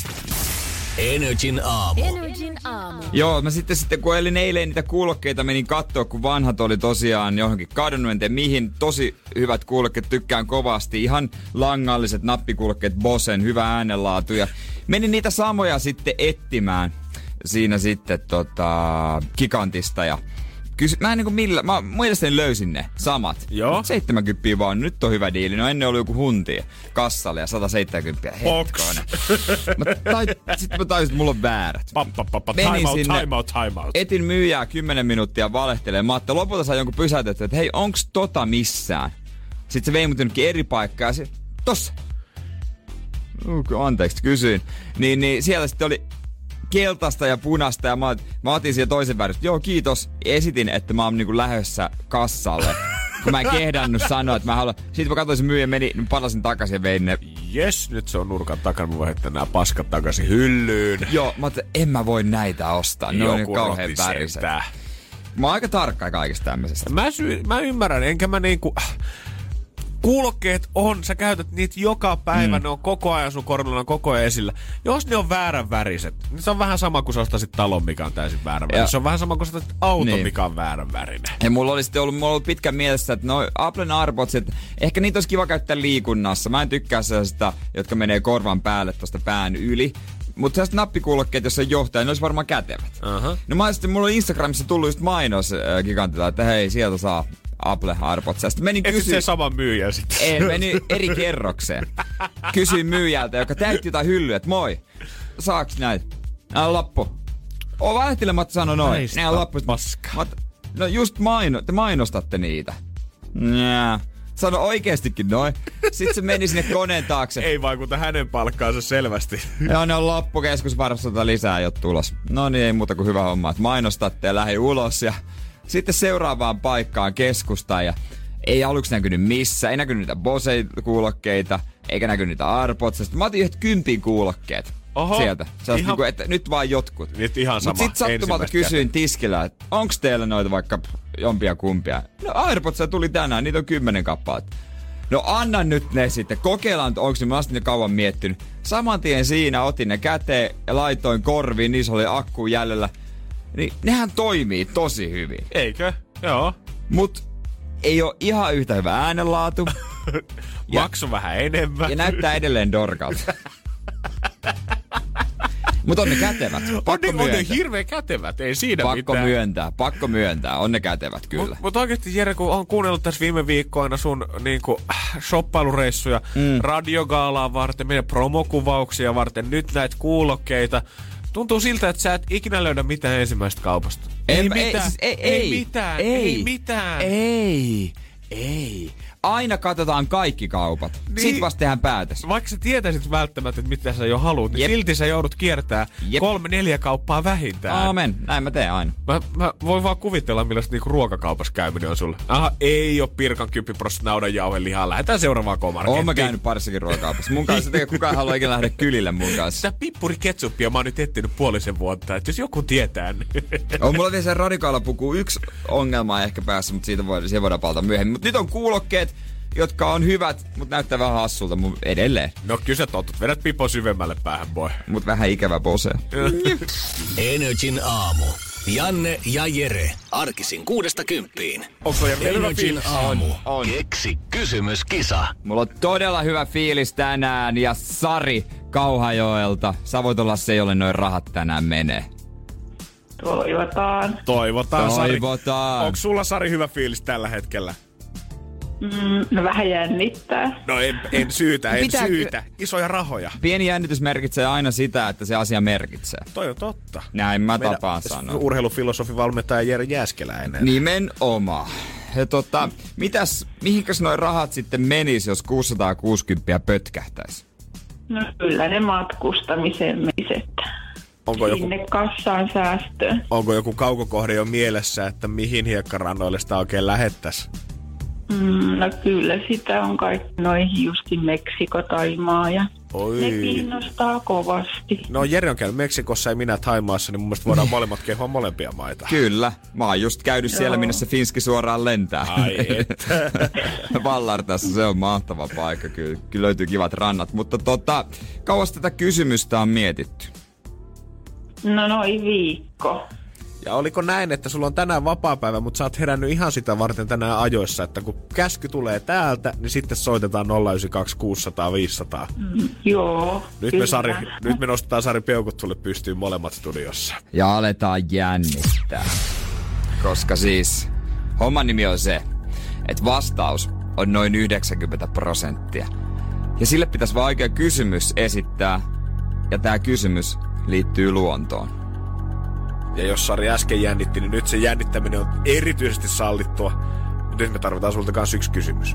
Energin aamu. Energin aamu. Joo, mä sitten, sitten kun elin eilen niitä kuulokkeita, menin kattoo, kun vanhat oli tosiaan johonkin kadonnut, en tiedä mihin. Tosi hyvät kuulokkeet, tykkään kovasti. Ihan langalliset nappikuulokkeet, Bosen, hyvä äänenlaatu. Ja menin niitä samoja sitten etsimään siinä sitten tota, Gigantista ja kysy, mä en niinku millä, mä mielestäni löysin ne samat. Joo. seitsemänkymmentä vaan, nyt on hyvä diili. No ennen oli joku hunti kassalle ja sata seitsemänkymmentä. Hetkoinen. Sitten mä tajusin, että mulla on väärät. Pappa, pappa, time out, time out, time out. Etin myyjää kymmenen minuuttia valehtelee. Mä ajattelin, lopulta sai jonkun pysäytetty, että hei, onks tota missään? Sitten se vei mut jonnekin eri paikkaan ja se, tossa. Anteeksi, kysyin. Niin, niin siellä sitten oli keltaista ja punasta ja mä, mä otin siihen toisen väristä. Joo, kiitos. Esitin, että mä oon niinku lähdössä kassalle. Kun mä en kehdannut sanoa, että mä haluan. Sitten mä katsoin sen myyjän, meni, palasin takaisin ja vein ne. Jes, nyt se on nurkan takana. Mä voin heittää nää paskat takaisin hyllyyn. Joo, mä ajattelin, en mä voi näitä ostaa. Ne on kauhean väriset. Mä oon aika tarkka kaikista tämmöisestä. Mä, sy- mä ymmärrän, enkä mä niinku... Kuulokkeet on, sä käytät niitä joka päivä, mm. ne on koko ajan sun korvilla, on koko ajan esillä. Jos ne on väärän väriset, niin se on vähän sama kuin sä ostaisit talon, mikä on täysin väärän värinen. Se on vähän sama kuin sä ostaisit auton, niin. mikä on väärän värinen. Ja mulla oli sitten ollut, mulla oli pitkän mielessä, että no Applen AirPods, että ehkä niitä olisi kiva käyttää liikunnassa. Mä en tykkää sellaista, jotka menee korvan päälle tosta pään yli. Mutta sellaiset nappikuulokkeet, jos se johtaa, ne olisi varmaan kätevät. Uh-huh. No mä sitten, mulla on Instagramissa tullut just mainos äh, Gigantilla, että hei, sieltä saa Apple AirPods. Sitten menin kysyä... se saman myyjän sitten? Ei, menin eri kerrokseen. Kysyin myyjältä, joka täytti jotain hyllyä, että moi, saaks näitä? Nää on lappu. Oo vähtilematta sano noin. Nää on lappu. Paska. No just maino, te mainostatte niitä. Nää. Sano oikeestikin noin. Sitten se meni sinne koneen taakse. Ei vaikuta hänen palkkaansa selvästi. Joo, ne on loppukeskusvarastolta lisää jo tulos. No niin, ei muuta kuin hyvä homma, että mainostatte ja lähi ulos ja sitten seuraavaan paikkaan keskustaan ja ei aluksi näkynyt missä, ei näkynyt niitä Bose-kuulokkeita, eikä näkynyt niitä AirPods. Sitten mä otin yhdet kympin kuulokkeet. Oho, sieltä. Se ihan... niinku, että nyt vaan jotkut. Nyt ihan sama. Mut sit sattumalta kysyin tiskillä, että onks teillä noita vaikka jompia kumpia? No AirPodsia tuli tänään, niitä on kymmenen kappaletta. No anna nyt ne sitten, kokeillaan, onko ne, mä oon ne kauan miettinyt. Saman tien siinä otin ne käteen ja laitoin korviin, niissä oli akku jäljellä. Niin nehän toimii tosi hyvin. Eikö? Joo. Mut ei oo ihan yhtä hyvä äänenlaatu. Maksu vähän enemmän. Ja näyttää edelleen dorkalta. Mut on ne kätevät. Pakko on, ne, on ne hirveän kätevät, ei siinä pakko mitään. Pakko myöntää, pakko myöntää. On ne kätevät kyllä. Mut, mut oikeesti Jere, kun on kuunnellut tässä viime viikkoina sun niinku shoppailureissuja mm. radiogaalaa varten, meidän promokuvauksia varten, nyt näitä kuulokkeita. Tuntuu siltä, että sä et ikinä löydä mitään ensimmäisestä kaupasta. En, Ei, ei, mitään, siis ei, ei, ei mitään, ei, ei mitään. Ei, ei. Aina katsotaan kaikki kaupat. Niin. Sitten vasta tehdään päätös. Vaikka sä tietäisit välttämättä, että mitä sä jo haluat, niin Jep. silti sä joudut kiertää Jep. kolme, neljä kauppaa vähintään. Aamen, näin mä teen aina. Mä, mä voin vaan kuvitella, millaista niinku ruokakaupassa käyminen on sulle. Aha, ei oo Pirkan kymmenen prosenttia naudanjauhelihaa. Lähdetään seuraavaan K-markettiin. Oon mä käynyt parissakin ruokakaupassa. Mun kanssa ei kukaan halua ikinä lähteä kylille mun kanssa. Sitä pippuriketsuppia mä oon nyt etsinyt puolisen vuotta, että jos joku tietää, niin... On mulla vielä se radikaalapuku yksi ongelma ehkä päässä, mutta siitä voidaan, siihen voidaan palata myöhemmin. Mutta nyt on kuulokkeet, jotka on hyvät, mutta näyttää vähän hassulta mun edelleen. No kyllä sä totut. Vedät pipo syvemmälle päähän, boy. Mut vähän ikävä pose. Energin aamu. Janne ja Jere. Arkisin kuudesta kymppiin. Onko sulla Jere hyvä Energin fiilis? aamu. on. Keksi kysymyskisa. Mulla on todella hyvä fiilis tänään ja Sari Kauhajoelta. Sä voit olla se, jolle noin rahat tänään menee. Toivotaan. Toivotaan, Sari. Toivotaan. Onko sulla, Sari, hyvä fiilis tällä hetkellä? Mm, no vähän jännittää. No en, en syytä, en Pitääkö- syytä. Isoja rahoja. Pieni jännitys merkitsee aina sitä, että se asia merkitsee. Toi on totta. Näin mä Meidän tapaan sanoa. urheilufilosofi valmentaja Jere Jääskeläinen. Nimenomaan. Ja tota, mitäs, mihinkäs noi rahat sitten menis, jos kuusisataakuusikymmentä pötkähtäisi? No kyllä ne matkustamiseen meniset. Onko joku, Sinne kassaan säästöön. onko joku kaukokohde jo mielessä, että mihin hiekkarannoille sitä oikein lähettäisi? Mm, no kyllä sitä on kaikki noihin justin Meksiko, Taimaa ja Oi. ne kiinnostaa kovasti. No Jere on käynyt Meksikossa ja minä Thaimaassa, niin mun mielestä voidaan molemmat kehua molempia maita. Kyllä. Mä oon just käynyt siellä, minne se Finski suoraan lentää. Ai että. Vallartassa, se on mahtava paikka. Kyllä, kyllä löytyy kivat rannat. Mutta tota, kauas tätä kysymystä on mietitty? No noin viikko. Ja oliko näin, että sulla on tänään vapaapäivä, mutta sä oot herännyt ihan sitä varten tänään ajoissa, että kun käsky tulee täältä, niin sitten soitetaan nolla yhdeksän kaksi kuusisataa viisisataa. Mm, joo, Nyt kyllä. me, Sari, nyt me nostetaan Sari peukut sulle pystyyn molemmat studiossa. Ja aletaan jännittää. Koska siis homman nimi on se, että vastaus on noin yhdeksänkymmentä prosenttia. Ja sille pitäisi vaan oikea kysymys esittää. Ja tää kysymys liittyy luontoon. Ja jos Sari äsken jännitti, niin nyt se jännittäminen on erityisesti sallittua. Mutta nyt me tarvitaan sulta kanssa yksi kysymys.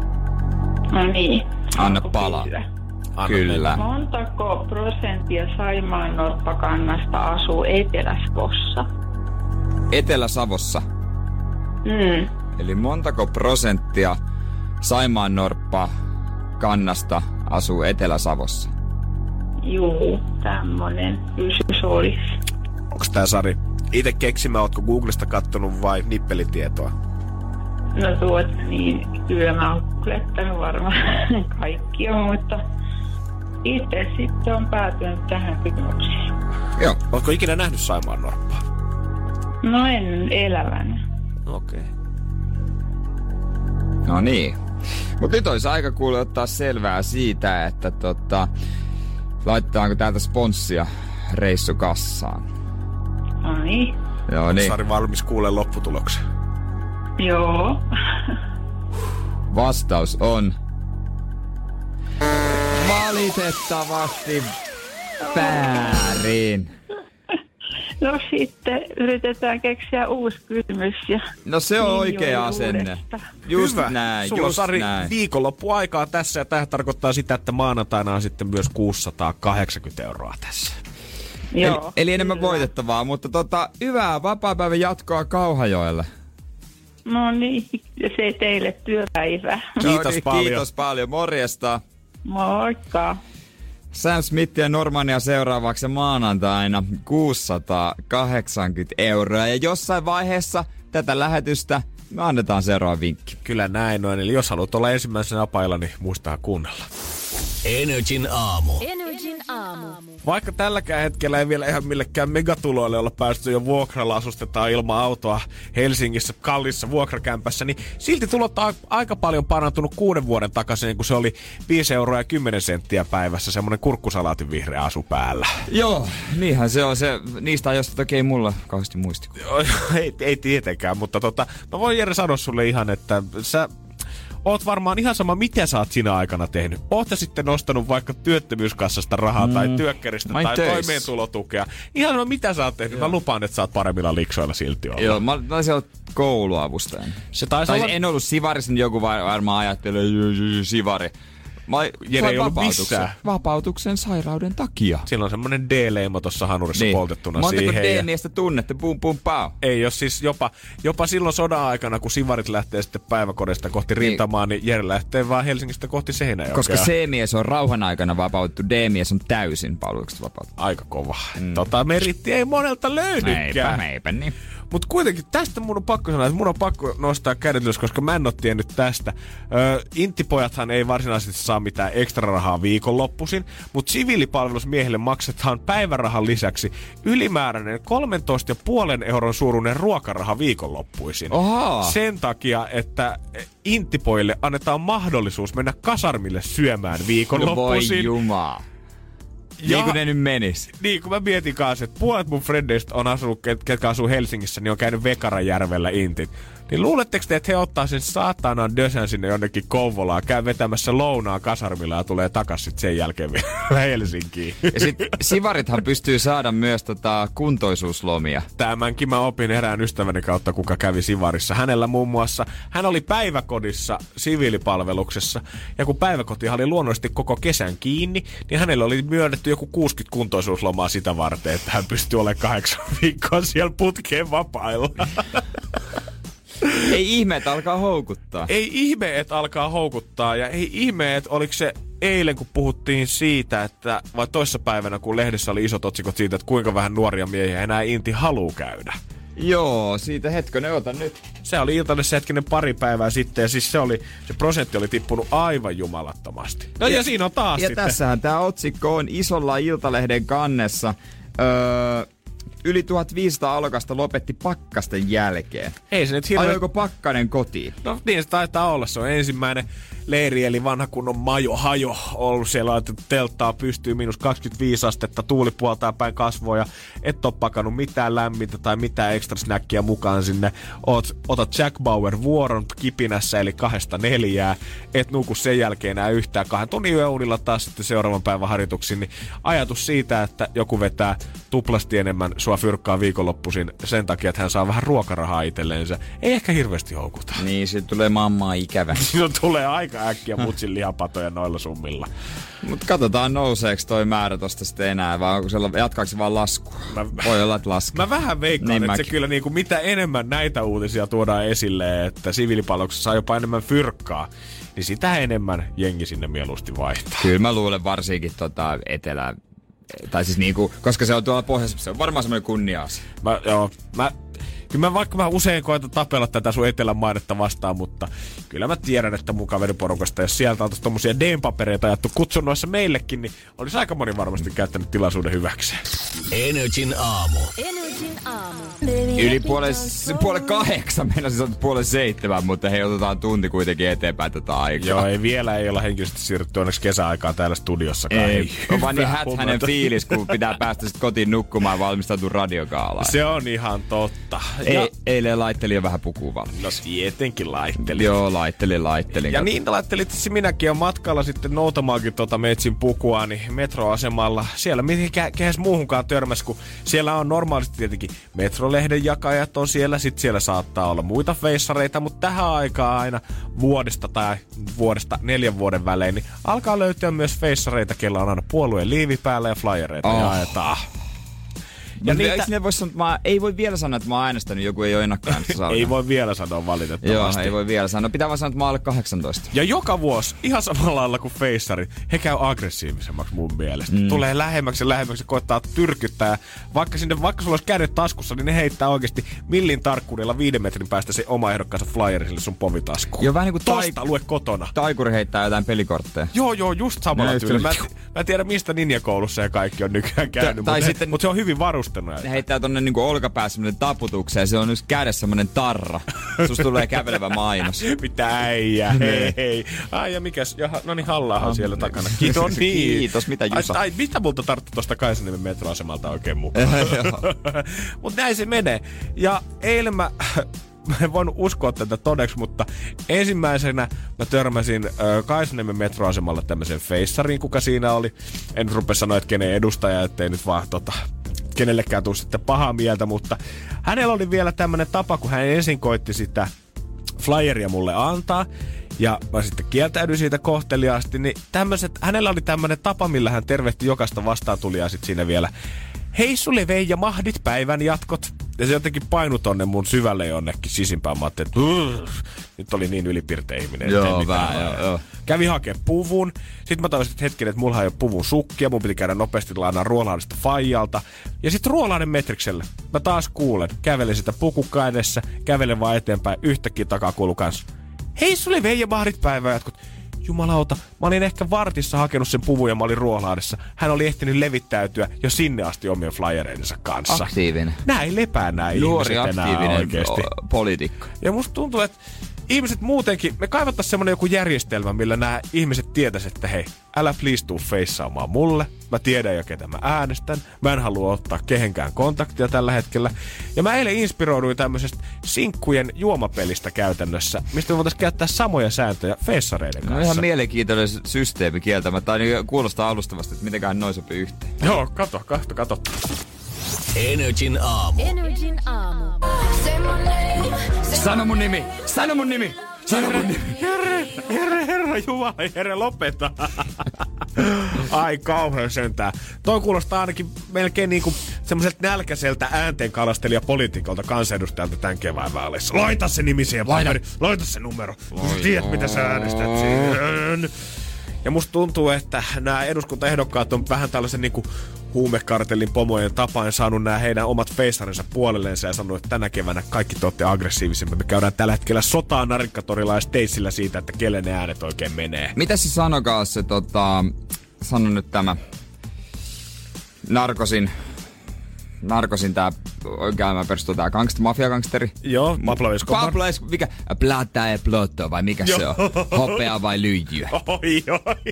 No niin. Anna Onko palaa. kysyä? Anna Kyllä. Montako prosenttia Saimaan norppakannasta asuu Etelä-Savossa? Etelä-Savossa. Mm. Eli montako prosenttia Saimaan norppa kannasta asuu Etelä-Savossa? Juu, tämmönen kysymys olisi. Onks tää Sari itse keksimä, ootko Googlesta kattonut vai nippelitietoa? No tuot, niin kyllä mä oon googlettanut varmaan kaikkia, mutta itse sitten on päätynyt tähän kysymykseen. Joo. Ootko ikinä nähnyt Saimaan norppaa? No en elävänä. Okei. Okay. No niin. Mut nyt olisi aika kuule ottaa selvää siitä, että tota, laitetaanko täältä sponssia reissukassaan. No niin. Joo niin. Sari valmis kuulee lopputuloksen. Joo. Vastaus on valitettavasti väärin. No sitten yritetään keksiä uusi kysymys. Ja No se on niin oikea jo asenne. uudestaan. Just Hyvä. näin, Sulla on, just Sari, näin. viikonloppu aikaa tässä ja tämähän tarkoittaa sitä, että maanantaina on sitten myös kuusisataakahdeksankymmentä euroa tässä. Joo, eli, eli enemmän kyllä. voitettavaa, mutta tota, hyvää vapaapäivän jatkoa Kauhajoelle. No niin, ja se teille työpäivää. Kiitos No niin, paljon. Kiitos paljon, morjesta. Moikka. Sam Smith ja Normania seuraavaksi maanantaina kuusisataakahdeksankymmentä euroa. Ja jossain vaiheessa tätä lähetystä me annetaan seuraava vinkki. Kyllä näin on. Eli jos haluat olla ensimmäisenä apailla, niin muistaa kuunnella. Energin aamu. Energin aamu. Vaikka tälläkään hetkellä ei vielä ihan millekään megatuloille olla päästy jo vuokralla asustetaan ilman autoa Helsingissä kallissa vuokrakämpässä, niin silti tulot on aika paljon parantunut kuuden vuoden takaisin, kun se oli viisi euroa ja kymmenen senttiä päivässä semmonen kurkkusalaatin vihreä asu päällä. Joo, niinhän se on se. Niistä ajoista toki ei mulla kauheasti muistikuvia. ei, ei tietenkään, mutta tota, mä voin Jere sanoa sulle ihan, että sä oot varmaan ihan sama, mitä sä oot siinä aikana tehnyt. Oot sä sitten nostanut vaikka työttömyyskassasta rahaa mm. tai työkkäristä tai töissä. Toimeentulotukea. Ihan sama, mitä sä oot tehnyt. Joo. Mä lupaan, että sä oot paremmilla liksoilla silti olla. Joo, mä, mä olisin ollut kouluavustajan. Se taisi olla... En ollut sivarissa, niin joku varmaan ajattelee, sivari. Mä Jere ei ollut missään. Vapautuksen sairauden takia. Sillä on semmonen D-leimo tossa hanurissa niin. poltettuna Montako siihen. Montako D-niestä tunnette? Pum pum pau. Ei, jos siis jopa, jopa silloin sodan aikana, kun sivarit lähtee sitten päiväkodista kohti niin. rintamaa, niin Jere lähtee vaan Helsingistä kohti Seinäjokea. Koska C-mies on rauhan aikana vapautettu, D-mies on täysin palveluksesta vapautettu. Aika kova. Mm. Tota meritti ei monelta löydykään. Eipä, eipä niin. Mut kuitenkin tästä mun on pakko sanoa, että mun on pakko nostaa kädet ylös, koska mä en oo tiennyt tästä. Öö, Inttipojathan ei varsinaisesti saa mitään ekstra rahaa viikonloppuisin, mutta siviilipalvelusmiehille maksetaan päivärahan lisäksi ylimääräinen kolmetoista pilkku viisi euron suuruinen ruokaraha viikonloppuisin. Oha. Sen takia, että inttipojille annetaan mahdollisuus mennä kasarmille syömään viikonloppuisin. Voi jumaa. Ja, niin kuin ne nyt menis. Niin kuin mä mietin kanssa, että puolet mun frendeistä on asunut, ketkä asuu Helsingissä, niin on käynyt Vekarajärvellä intit. Niin luuletteko te, että he ottaa sen saatanan dösän sinne jonnekin Kouvolaan, käy vetämässä lounaa kasarmilla ja tulee takas sit sen jälkeen vielä Helsinkiin. Ja sit sivarithan pystyy saada myös tota kuntoisuuslomia. Tämänkin mä opin erään ystäväni kautta, kuka kävi sivarissa. Hänellä muun muassa, hän oli päiväkodissa siviilipalveluksessa. Ja kun päiväkotihan oli luonnollisesti koko kesän kiinni, niin hänellä oli myönnetty joku kuusikymmentä kuntoisuuslomaa sitä varten, että hän pystyi olemaan kahdeksan viikkoa siellä putkeen vapailla. Ei ihme, että alkaa houkuttaa. Ei ihme, että alkaa houkuttaa. Ja ei ihme, että oliko se eilen, kun puhuttiin siitä, että vai toissapäivänä, kun lehdessä oli isot otsikot siitä, että kuinka vähän nuoria miehiä enää inti haluu käydä. Joo, siitä hetkonen, ota nyt. Se oli Iltalehti hetkinen pari päivää sitten, ja siis se, oli, se prosentti oli tippunut aivan jumalattomasti. No ja, ja siinä on taas ja sitten. Ja tässähän tämä otsikko on isolla Iltalehden kannessa. Öö... Yli tuhatviisisataa alokasta lopetti pakkasten jälkeen. Ei se nyt hirveän... Ajoiko pakkanen kotiin? No niin se taitaa olla. Se on ensimmäinen leiri, eli vanha kunnon majo hajo ollut siellä, että telttaa pystyy miinus kaksikymmentäviisi astetta, tuuli puoltaa päin kasvoja, et oo pakannut mitään lämmintä tai mitään ekstra snackia mukaan sinne. Oot, otat Jack Bauer vuoron kipinässä, eli kahdesta neljää, et nuku sen jälkeen enää yhtään kahden tunnin yöunilla taas sitten seuraavan päivän harjoituksiin, niin ajatus siitä, että joku vetää tuplasti enemmän sua fyrkkaa viikonloppuisin sen takia, että hän saa vähän ruokarahaa itselleensä, ei ehkä hirveästi houkuta. Niin, siitä tulee mammaa ikävä. No tulee aika äkkiä mutsin lihapatoja noilla summilla. Mut katsotaan nouseeko toi määrä tosta sitten enää, vai onko siellä, jatkaako se vaan laskua? Mä, Voi olla, että laskee. Mä vähän veikkaan, niin että mäkin. Se kyllä niinku, mitä enemmän näitä uutisia tuodaan esille, että siviilipalveluksessa saa jopa enemmän fyrkkaa, niin sitä enemmän jengi sinne mieluusti vaihtaa. Kyllä mä luulen varsinkin tota etelä, tai siis niinku, koska se on tuolla pohjassa, se on varmaan semmoinen kunnia-asia. Mä, joo, mä... Kyllä mä vaikka mä usein koitan tapella tätä sun etelän mainetta vastaan, mutta kyllä mä tiedän, että mun kaveriporukasta, jos sieltä on tommosia D M-papereita ajattu kutsunnoissa meillekin, niin olisi aika moni varmasti käyttänyt tilaisuuden hyväkseen. Energin aamu. Energin aamu. Yli puolen, puolen kahdeksan, meinasin sanoa puolen seitsemän, mutta hei, otetaan tunti kuitenkin eteenpäin tätä aikaa. Joo, ei vielä ei olla henkilöisesti siirrytty onneksi kesäaikaa täällä studiossakaan. Ei, ei on vaan niin häthänen fiilis, kun pitää päästä sitten kotiin nukkumaan ja valmistautua radiokaalaan. Se on ihan totta. Ei, ja... Eilen laittelin jo vähän pukua valmiiksi. No tietenkin laittelin. Joo, laittelin, laittelin. Ja niin laittelin itse minäkin on matkalla sitten noutamaankin tuota meitsin pukua, niin metroasemalla. Siellä mihinkään kehäs muuhunkaan törmäs, kun siellä on normaalisti tietenkin metrolehden jakajat on siellä. Sitten siellä saattaa olla muita feissareita, mutta tähän aikaan aina vuodesta tai vuodesta neljän vuoden välein, niin alkaa löytyä myös feissareita, kella on aina puolueen liivi päällä ja flyereita oh. jaetaan. Ja niitä... Eikö ne voi sanoa, että mä, ei voi vielä sanoa, että mä oon äänestänyt, joku ei ole ennakkoäänestysalta. Ei voi vielä sanoa valitettavasti. Joo, ei voi vielä sanoa. Pitää vaan sanoa, että mä oon alle kahdeksantoista. Ja joka vuosi, ihan samalla lailla kuin feissarit, he käy aggressiivisemmaksi mun mielestä. Mm. Tulee lähemmäksi ja lähemmäksi ja koettaa tyrkyttää. Vaikka, sinne, vaikka sulla olisi kädet taskussa, niin ne heittää oikeasti millin tarkkuudella viiden metrin päästä se oma ehdokkaansa flyeri sille sun povitaskuun. Joo, vähän niin kuin Tosta taik- lue kotona. Taikuri heittää jotain pelikortteja. Joo, joo, just samalla tyyllä. Mä, mä en tiedä, mistä ninjakoulussa ja kaikki on nykyään käynyt, Ta- mutta sitten... mut se on hyvin varustunut. Ne heittää tonne niinku olkapäässä semmonen taputukseen ja se on yksi kädessä semmonen tarra. Susta tulee kävelevä mainos. Mitä äijä, hei hei. Ai ja mikäs, jaha, no niin Halla-aho siellä takana. Kiitos, niin. Kiitos, mitä Jusa? Ai, ai mitä multa tarttu tosta Kaisaniemen metroasemalta oikein mukaan? Mut näin se menee. Ja eilen mä mä en voinut uskoa tätä todeksi, mutta ensimmäisenä mä törmäsin äh, Kaisaniemen metroasemalla tämmöisen feissariin, kuka siinä oli. En rupea sanoa, että kenen edustaja, ettei nyt vaan tota, kenellekään tule sitten pahaa mieltä, mutta hänellä oli vielä tämmönen tapa, kun hän ensin koitti sitä flyeria mulle antaa, ja mä sitten kieltäydyin siitä kohteliaasti, niin tämmöset, hänellä oli tämmönen tapa, millä hän tervehti jokaista vastaantulijaa sit siinä vielä. Hei sulle Veija, mahdit päivän jatkot. Ja se jotenkin painu tonne mun syvälle jonnekin sisimpään. Mä ajattelin, että nyt oli niin ylipirteä ihminen. Joo, vähän, joo, joo. Kävi hakea puvun. Sitten mä tajusin, että hetken, että mulla ei ole puvun sukkia. Mun piti käydä nopeasti lainaa Ruolahdesta faijalta. Ja sitten Ruolahden metrikselle. Mä taas kuulen. Kävelen sitä pukukka edessä. Kävelen vaan eteenpäin. Yhtäkkiä takakuulu kanssa. Hei sulle Veija, mahdit päivän jatkot. Jumalauta, mä olin ehkä vartissa hakenut sen puvun ja mä olin Ruolahdessa. Hän oli ehtinyt levittäytyä jo sinne asti omien flyereidensa kanssa. Aktiivinen. Nää ei lepää nää Nuori ihmiset enää oikeesti. Poliitikko. Ja musta tuntuu, että ihmiset muutenkin, me kaivattais semmonen joku järjestelmä, millä nämä ihmiset tietäis, että hei, älä please tuu feissaamaan mulle. Mä tiedän jo, ketä mä äänestän. Mä en halua ottaa kehenkään kontaktia tällä hetkellä. Ja mä eilen inspiroiduin tämmöisestä sinkkujen juomapelistä käytännössä, mistä me voitais käyttää samoja sääntöjä feissareiden kanssa. No ihan mielenkiintoinen systeemi kieltämättä. Tai niin kuulostaa alustavasti, että mitenköhän noi sopii yhteen. Joo, kato, kato, kato. Energin aamu. Energin aamu. Sano mun nimi! Sano mun nimi! Sano mun nimi! Herre, herre, herra Jumala, herre, lopeta. Ai kauhean sentään. Toi kuulostaa ainakin melkein niinku semmoiselta nälkäiseltä ääntenkalastelijapoliitikolta kansanedustajalta tämän kevään vaaleissa. Laita se nimi siihen paperi, laita se numero. Tiedät, mitä sä äänestät siihen. Ja musta tuntuu, että nämä eduskuntaehdokkaat on vähän tällaisen niinku huumekartellin pomojen tapaan saanut nämä heidän omat feissarinsa puolelleensa ja sanonut, että tänä keväänä kaikki te olette aggressiivisimpia. Me käydään tällä hetkellä sotaa Narikkatorilla ja Stacella siitä, että kelle ne äänet oikein menee. Mitä se sanokaa se tota... Sano nyt tämä... Narkosin... Narkosin tää... Oikein mä perustuu tää gangster, mafia-gangsteri. Joo, Pablo Escobar. Pablo Escobar. Mikä? Plata ja plotto vai mikä Joo. se on? Hopea vai lyijyä? Oi, oi.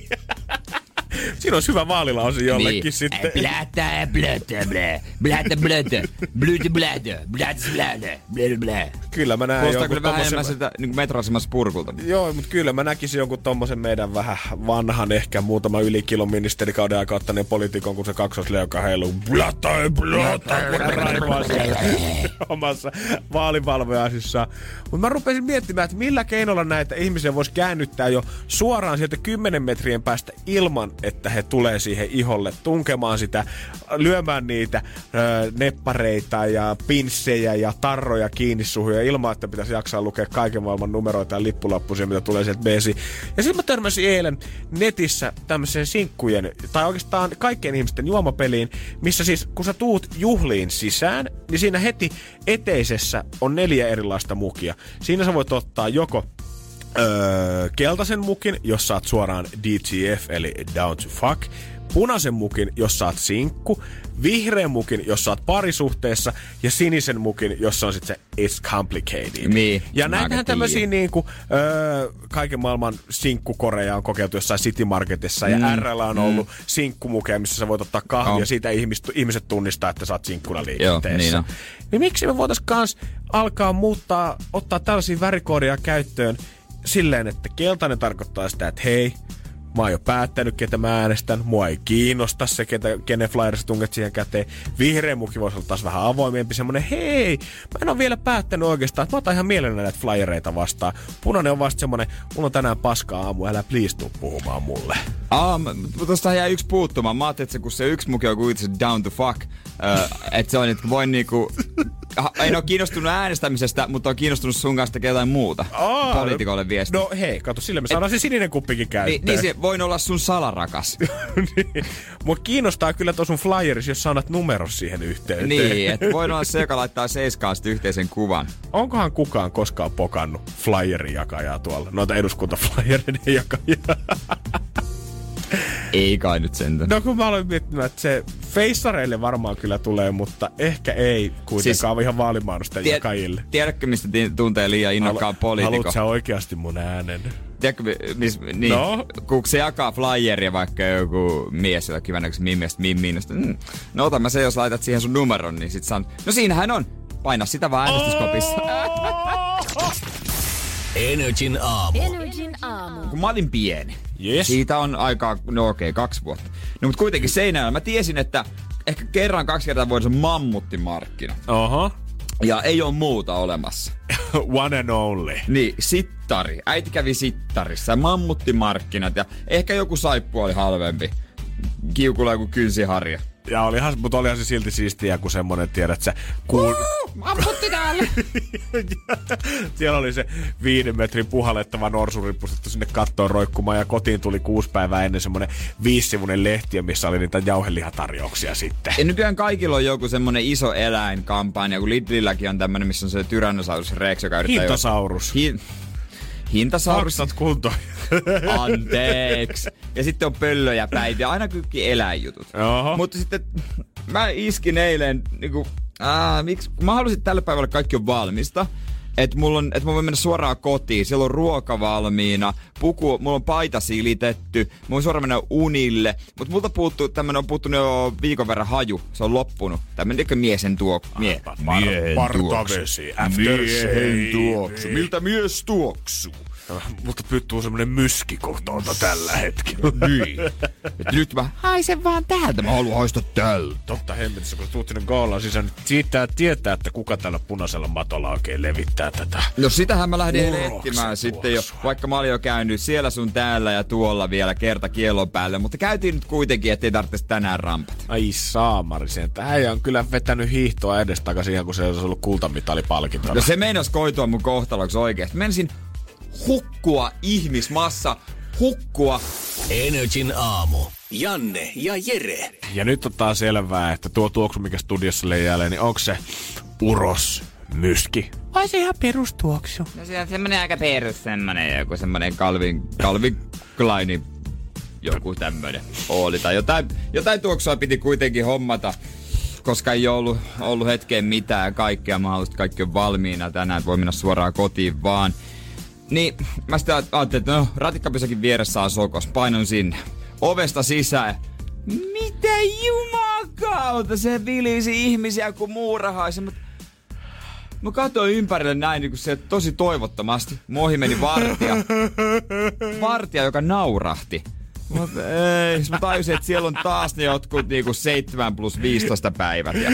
Siinä olisi hyvä vaalilausi jollekin niin. sitten. Plata ja plotto, blä. Plata, plotto. Blötä, blötä. Blötä, blötä. Blötä, blötä. Kyllä mä näen Kuulostaa jonkun kyllä vähän tommosen... enemmän sitä niin metroasemassa purkulta. Joo, mutta kyllä mä näkisin jonkun tommosen meidän vähän vanhan, ehkä muutama yli kilon ministerikauden aikaa ottaneen poliitikon, kun se kaksosleuka heiluu. Blata ja blötä. Raivoa siellä omassa vaalivalvojaisissaan. Mutta mä rupesin miettimään, että millä keinolla näitä ihmisiä voisi käännyttää jo suoraan sieltä kymmenen metrien päästä ilman, että he tulee siihen iholle tunkemaan sitä, lyömään niitä ö, neppareita ja pinssejä ja tarroja kiinni suhun ja ilman, että pitäisi jaksaa lukea kaiken maailman numeroita ja lippulappusia, mitä tulee sieltä beesiin. Ja sitten mä törmäsin eilen netissä tämmöiseen sinkkujen, tai oikeastaan kaikkien ihmisten juomapeliin, missä siis kun sä tuut juhliin sisään, niin siinä heti eteisessä on neljä erilaista mukia. Siinä sä voit ottaa joko Öö, keltaisen mukin, jos saat suoraan D T F, eli down to fuck. Punaisen mukin, jos saat sinkku. Vihreän mukin, jos saat parisuhteessa. Ja sinisen mukin, jossa on sitten se it's complicated. Niin, ja näitähän tämmöisiä niinku, öö, kaiken maailman sinkkukoreja on kokeiltu jossain City Marketissa. Ja mm, R L on ollut mm. sinkkumukeja, missä sä voit ottaa kahvia. Oh. Ja siitä ihmiset, ihmiset tunnistaa, että sä oot sinkkuna liikenteessä. Joo, niin, on. Niin miksi me voitais kans alkaa muuttaa, ottaa tällaisia värikoodia käyttöön silleen, että keltainen tarkoittaa sitä, että hei, mä oon jo päättänyt, ketä mä äänestän. Mua ei kiinnosta se, ketä, kenen flyerissa tunget siihen käteen. Vihreä muki voisi olla taas vähän avoimempi. Semmonen, hei, mä en oo vielä päättänyt oikeastaan, että mä otan ihan mielelläni näitä flyereita vastaan. Punainen on vasta semmonen, mulla on tänään paskaa aamu, älä please tuu puhumaan mulle. Aa, tosta jäi yksi puuttumaan. Mä ajattelin, että kun se yksi muki on kuitenkin down to fuck, äh, että se on, että voin niinku... En oo kiinnostunut äänestämisestä, mutta on kiinnostunut sun kanssa tekemään jotain muuta. Aa, poliitikolle viestiä. No hei, kato, sille me saadaan Et, se sininen kuppikin käyttöön. Niin, niin se voin olla sun salarakas. Niin. Mua kiinnostaa kyllä tuo sun flyeris, jos sanat numeros siihen yhteyteen. Niin, että voin olla se, joka laittaa seiskaan sitten yhteisen kuvan. Onkohan kukaan koskaan pokannut flyerin jakajaa tuolla? Noita eduskuntaflyerin jakajaa. Ei kai nyt sentään. No kun mä aloin miettimään, että se feissareille varmaan kyllä tulee, mutta ehkä ei kuitenkaan siis, ihan vaalimainosten tie- jakajille. Tiedätkö, mistä tuntee liian innokkaan Halu- poliitikon? Haluatko sä oikeasti mun äänen? Tiedätkö, mis, niin, no? Kun se jakaa flyeria vaikka joku mies, jota kivänäköisen mimmestä mimmiinestä. Mm, no otan mä se, jos laitat siihen sun numeron, niin sit san... No siinähän on! Paina sitä vaan äänestyskopissa. Energin aamu. Energin aamu. Kun mä olin pieni. Yes. Siitä on aikaa, no okei, okay, kaksi vuotta. No mutta kuitenkin Seinäjoella mä tiesin, että ehkä kerran, kaksi kertaa vuodessa on mammuttimarkkina. Oho. Ja ei ole muuta olemassa. One and only. Niin, sittari. Äiti kävi sittarissa ja mammuttimarkkinat ja ehkä joku saippua oli halvempi. Kiukulla joku kynsiharja. Ja olihan, mutta olihan se silti siistiä, kun semmonen, tiedät sä, kuul... Uh, mammutti täällä! Siellä oli se viiden metrin puhallettava norsuri pustettu sinne kattoon roikkumaan ja kotiin tuli kuusi päivää ennen semmonen viisisivuinen lehtiö, missä oli niitä jauhelihatarjouksia sitten. Ja nykyään kaikilla on joku semmonen iso eläinkampanja, kun Lidlilläkin on tämmönen, missä on se Tyrannosaurus Rex, joka yrittää... Hintasaurus. Jo... Hi... Hintasaurus. Maksat kuntoon. Anteeksi. Ja sitten on pöllöjä päiviä, aina kaikki eläinjutut. Oho. Mutta sitten mä iskin eilen, niinku, aa, miksi? Mä halusin tällä päivällä kaikki on valmista. Että mulla on, et mä voin mennä suoraan kotiin, siellä on ruoka valmiina, puku, mulla on paita silitetty, mä voin suoraan mennä unille. Mutta multa puuttuu, tämmönen on puuttunut jo viikon verran haju, se on loppunut. Tämmönen ehkä miesen tuoksu. Mie, miehen Partavesi, miehen tuoksu. Miltä mies tuoksuu? Mutta pyttuu semmonen myski kohtaalta tällä hetkellä. Niin. Et nyt mä haisen vaan täältä, mä haluan haistaa täältä. Totta hemmetissä, kun tuut sinne Gaalaan sisään, niin siitä tietää, että kuka tällä punaisella matolla oikein levittää tätä. No sitähän mä lähdin Uroksen etsimään sitten jo, tuoksua. vaikka mä olin jo käynyt siellä sun täällä ja tuolla vielä kerta kiellon päälle, mutta käytiin nyt kuitenkin, ettei tarvitsisi tänään rampata. Ai saamari sen, että äijä on kyllä vetänyt hiihtoa edestakaisin ihan kun se olisi ollut kultamitalipalkintona. No se meinas koitua mun kohtaloksi oikeesti. Menisin hukkua ihmismassa, hukkua. Energin aamu. Janne ja Jere. Ja nyt ottaa selvää, että tuo tuoksu, mikä studiossa leijailee, niin onko se uros myski? Vai se ihan perustuoksu? No se on semmonen aika perus semmonen, joku semmonen Calvin, Calvin Kleinin joku tämmönen oli. Tai jotain, jotain tuoksua piti kuitenkin hommata, koska ei ollut, ollut hetkeen mitään kaikkea mahdollista. Kaikki on valmiina tänään, voi mennä suoraan kotiin vaan. Niin mä sitten ajattelin, että no ratikkapysäkin vieressä on sokos, painon sinne. Ovesta sisään. Mitä jumakauta, se vilisi ihmisiä kuin muurahaisen. Mä, mä katsoin ympärille näin niin kuin se tosi toivottomasti. Mun ohi meni vartija. Vartija, joka naurahti. Mä, ei, mä tajusin, että siellä on taas ne jotkut niinku seitsemän plus viisitoista päivät. Ja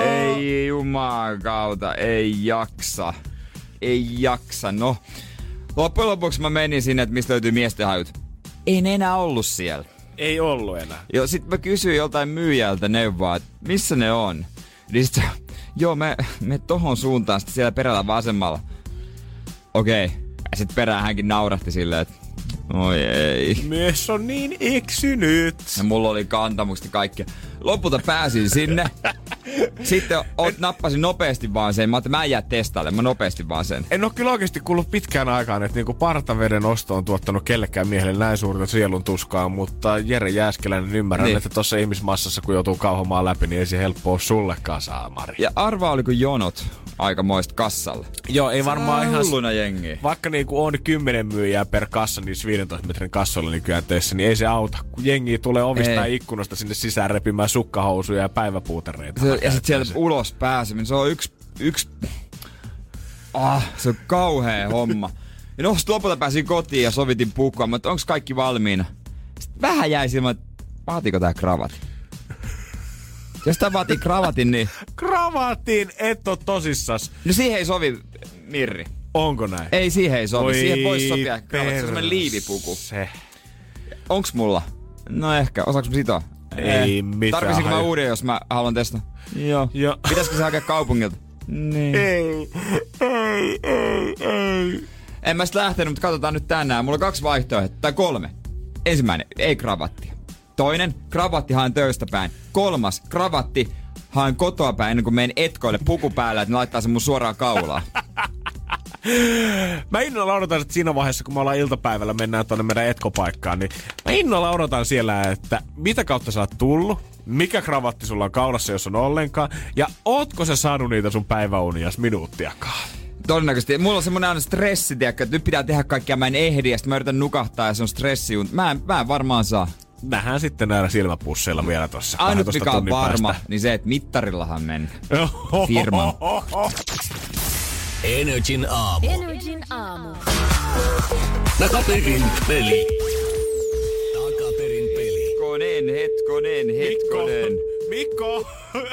ei jumakauta, ei jaksa. Ei jaksa, no. Loppujen lopuksi mä menin sinne, että mistä löytyy miesten hajut. Ei ne enää ollut siellä. Ei ollut enää. Joo, sit mä kysyin joltain myyjältä neuvoa, että missä ne on. Niin sit joo, me, me tohon suuntaan sitten siellä perällä vasemmalla. Okei. Okay. Ja sit perään hänkin naurahti silleen, että oi ei. Mies on niin eksynyt. Ja mulla oli kantamukset kaikkea. Lopulta pääsin sinne. Sitten ot, nappasin nopeasti vaan sen. Mä ajattelin, mä en jää testaille. Mä nopeasti vaan sen. En oo kyllä oikeesti kuullut pitkään aikaan, että niinku partaveden osto on tuottanut kellekään miehelle näin suurta sielun tuskaa, mutta Jere Jääskeläinen ymmärrän, niin. Että tossa ihmismassassa kun joutuu kauhomaan läpi, niin ei se helppoa ole sullekaan saamari. Ja arvaa oliko jonot aikamoista kassalle. Joo, ei varmaan ihan... hulluna jengi. Vaikka niinku on kymmenen myyjää per kassa, niin viidentoista metrin kassoilla nykyään töissä, niin ei se auta. Kun jengi tulee ovista ja ikkunasta sinne sisään repimään sukkahousuja ja päiväpuutereita. Se, ja sit sieltä ulos pääseminen, se on yksi... yksi... Ah, se on kauhea homma. Ja no, sit lopulta pääsin kotiin ja sovitin pukkua, mutta onks kaikki valmiina? Sitten vähän jäi silmään, että vaatiiko tää kravatin? Jos tää vaatii kravatin, niin... Kravatin, et oo tosissas. No siihen ei sovi, Mirri. Onko näin? Ei, siihen ei sovi. Oi siihen voisi sopia kravatin. Se on semmonen liivipuku. Se. Onks mulla? No ehkä. Osaaks mä sitoa? Ei eh. mitään. Tarvisinko mä uuden, jos mä haluan testata? Joo. Joo. Pitäisikö se hakea kaupungilta? Niin. Ei, ei, ei, ei. En mä sit lähtenyt, mutta katsotaan nyt tänään. Mulla on kaksi vaihtoehtoa. Tai kolme. Ensimmäinen, ei kravattia. Toinen, kravatti haen töistä päin. Kolmas, kravatti haen kotoa päin ennen kuin menen etkoille puku päällä, että ne laittaa sen mun suoraan kaulaan. Mä innolla odotan, että siinä vaiheessa, kun me ollaan iltapäivällä, mennään tonne meidän etkopaikkaan, niin mä innolla odotan siellä, että mitä kautta sä oot tullut, mikä kravatti sulla on kaulassa, jos on ollenkaan, ja ootko sä saanut niitä sun päiväunias minuuttiakaan? Todennäköisesti. Mulla on semmonen aina stressi, tiedäkö, että nyt pitää tehdä kaikkea, mä en ehdi, ja sit mä yritän nukahtaa, ja se on stressi. Mä en, mä en varmaan saa. Nähdään sitten näillä silmäpusseilla vielä tossa. Ainut mikä on varma, päästä. Niin se, että mittarillahan mennään. Firman. Energin aamu. Energin aamu. Takaperin peli. Takaperin peli. Hetkonen, hetkonen, hetkonen. Mikko!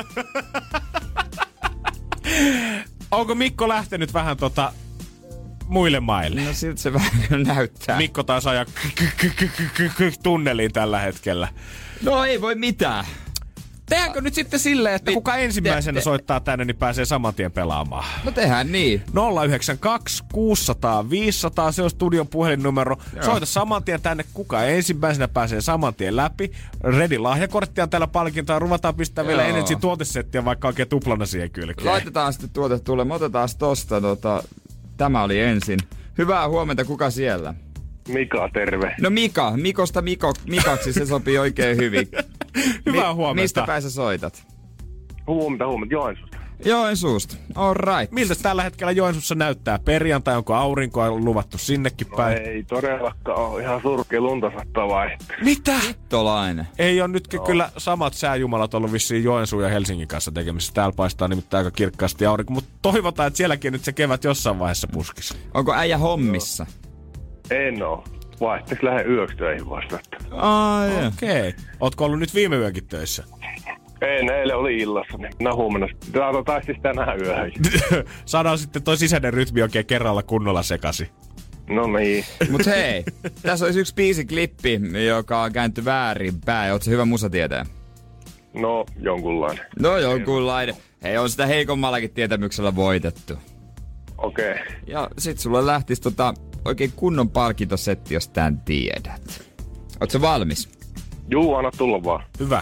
Onko Mikko lähtenyt vähän tota muille maille? No siltä se vähän näyttää. Mikko taas ajaa tunneliin tällä hetkellä. No ei voi mitään. Tehdäänkö nyt sitten silleen, että kuka ensimmäisenä te, te. soittaa tänne, niin pääsee saman tien pelaamaan? No tehdään niin. nolla yhdeksän kaksi kuusi nolla nolla viisi nolla nolla, se on studion puhelinnumero. Joo. Soita saman tien tänne, kuka ensimmäisenä pääsee saman tien läpi. Redin lahjakorttia täällä palkintaa, ruvataan pistää Joo. vielä Energy tuotesettiä, vaikka oikein tuplana siihen kylkeen. Laitetaan sitten tuote tulee, otetaan tosta, tota, tämä oli ensin. Hyvää huomenta, kuka siellä? Mika, terve. No Mika, Mikosta Miko, Mikaksi, se sopii oikein hyvin. Hyvää Mi- huomenta. Mistä päin sä soitat? Huomenta, huomenta, Joensuusta. Joensuusta, all right. Miltä tällä hetkellä Joensuussa näyttää? Perjantai, onko aurinkoa luvattu sinnekin päin? No ei todellakaan ole, ihan surkea lunta sattaa vaihtää. Mitä? Hittolainen. Ei ole nyt no. kyllä samat sääjumalat ollut vissiin Joensuun ja Helsingin kanssa tekemisissä. Täällä paistaa nimittäin aika kirkkaasti aurinko, mutta toivotaan, että sielläkin nyt se kevät jossain vaiheessa puskisi. Onko äijä hommissa? No. En oo. Vaihteeksi lähden yöksi töihin vasta. Ai okei. Okay. Ootko ollut nyt viime yönkin töissä? En, eilen oli illassa, niin minä huomenna. Saatotaan siis tänään yöhön. Saadaan sitten toi sisäinen rytmi oikein kerralla kunnolla sekasi. No niin. Mut hei, tässä olisi yksi biisiklippi, joka on käänty väärin päin. Ootko hyvä musatieteen? No, jonkunlainen. No jonkunlainen. Hei, on sitä heikommallakin tietämyksellä voitettu. Okei. Okay. Ja sit sulle lähtis tota oikein kunnon palkintosetti, jos tän tiedät. Ootko valmis? Juu, anna tulla vaan. Hyvä.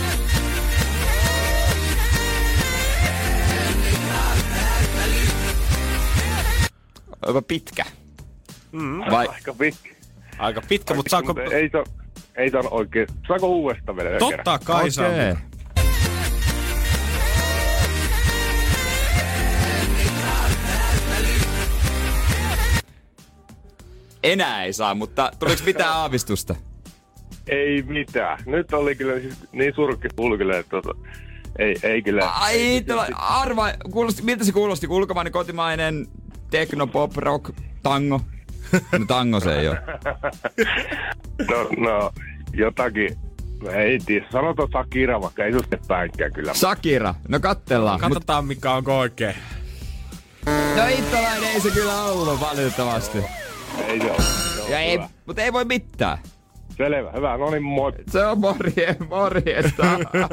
Onko pitkä? Mm, Vai? Aika pitkä. Aika pitkä, mutta saako... Mutta ei, saa, ei saa oikein. Saako uudestaan vielä? Totta kai okay. saa. Enää ei saa, mutta tuliko mitään aavistusta? Ei mitään. Nyt oli kyllä siis niin surkki ulkille, että tota, ei, ei kyllä... Ai, tuolla, arva, kuulosti, miltä se kuulosti? Ulkomainen, kotimainen, tekno, pop, rock, tango? No tango se ei oo. No, no, jotakin... Ei tiedä. Sanotaan Shakira, vaikka ei suste päinkään kyllä. Shakira. No kattellaan. Katsotaan, mut... mikä onko oikein. No ittolainen ei se kyllä ollut valitettavasti. Ei se ole. Ja ei, mutta ei voi mitään. Selvä, hyvä. No niin, moi. Se on morje, morjesta.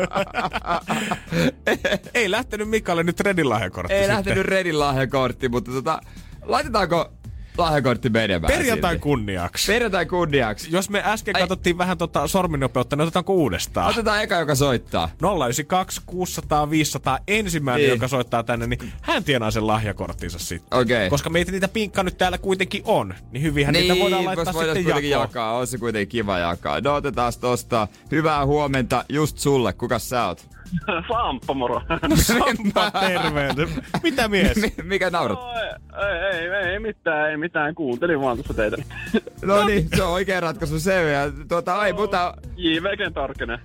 Ei lähtenyt Mikalle nyt Redin lahjakortti. Ei sitten. lähtenyt Redin lahjakortti, mutta tota, laitetaanko lahjakortti menemään? Perjantain kunniaksi. Perjantain kunniaksi. Jos me äsken Ai. katsottiin vähän tota sorminopeutta, niin otetaanko uudestaan? Otetaan eka, joka soittaa. nolla yhdeksän kaksi kuusi nolla nolla viisi nolla nolla ensimmäinen, niin. joka soittaa tänne, niin hän tienaa sen lahjakorttinsa sitten. Okay. Koska meitä niitä pinkkaa nyt täällä kuitenkin on, niin hyvinhän niin, niitä voidaan laittaa sitten kuitenkin jakaa. On se kuitenkin kiva jakaa. No otetaan tosta. Hyvää huomenta just sulle. Kukas sä oot? Samppa, moro. No Samppa, terve. Mitä mies? Mikä naurat? No, ei, ei, ei, ei mitään, ei mitään. Kuuntelin vaan tuossa teitä. No niin, se on oikea ratkaisu se. Ja tuota, ai, mutta... J V G:n tarkenee.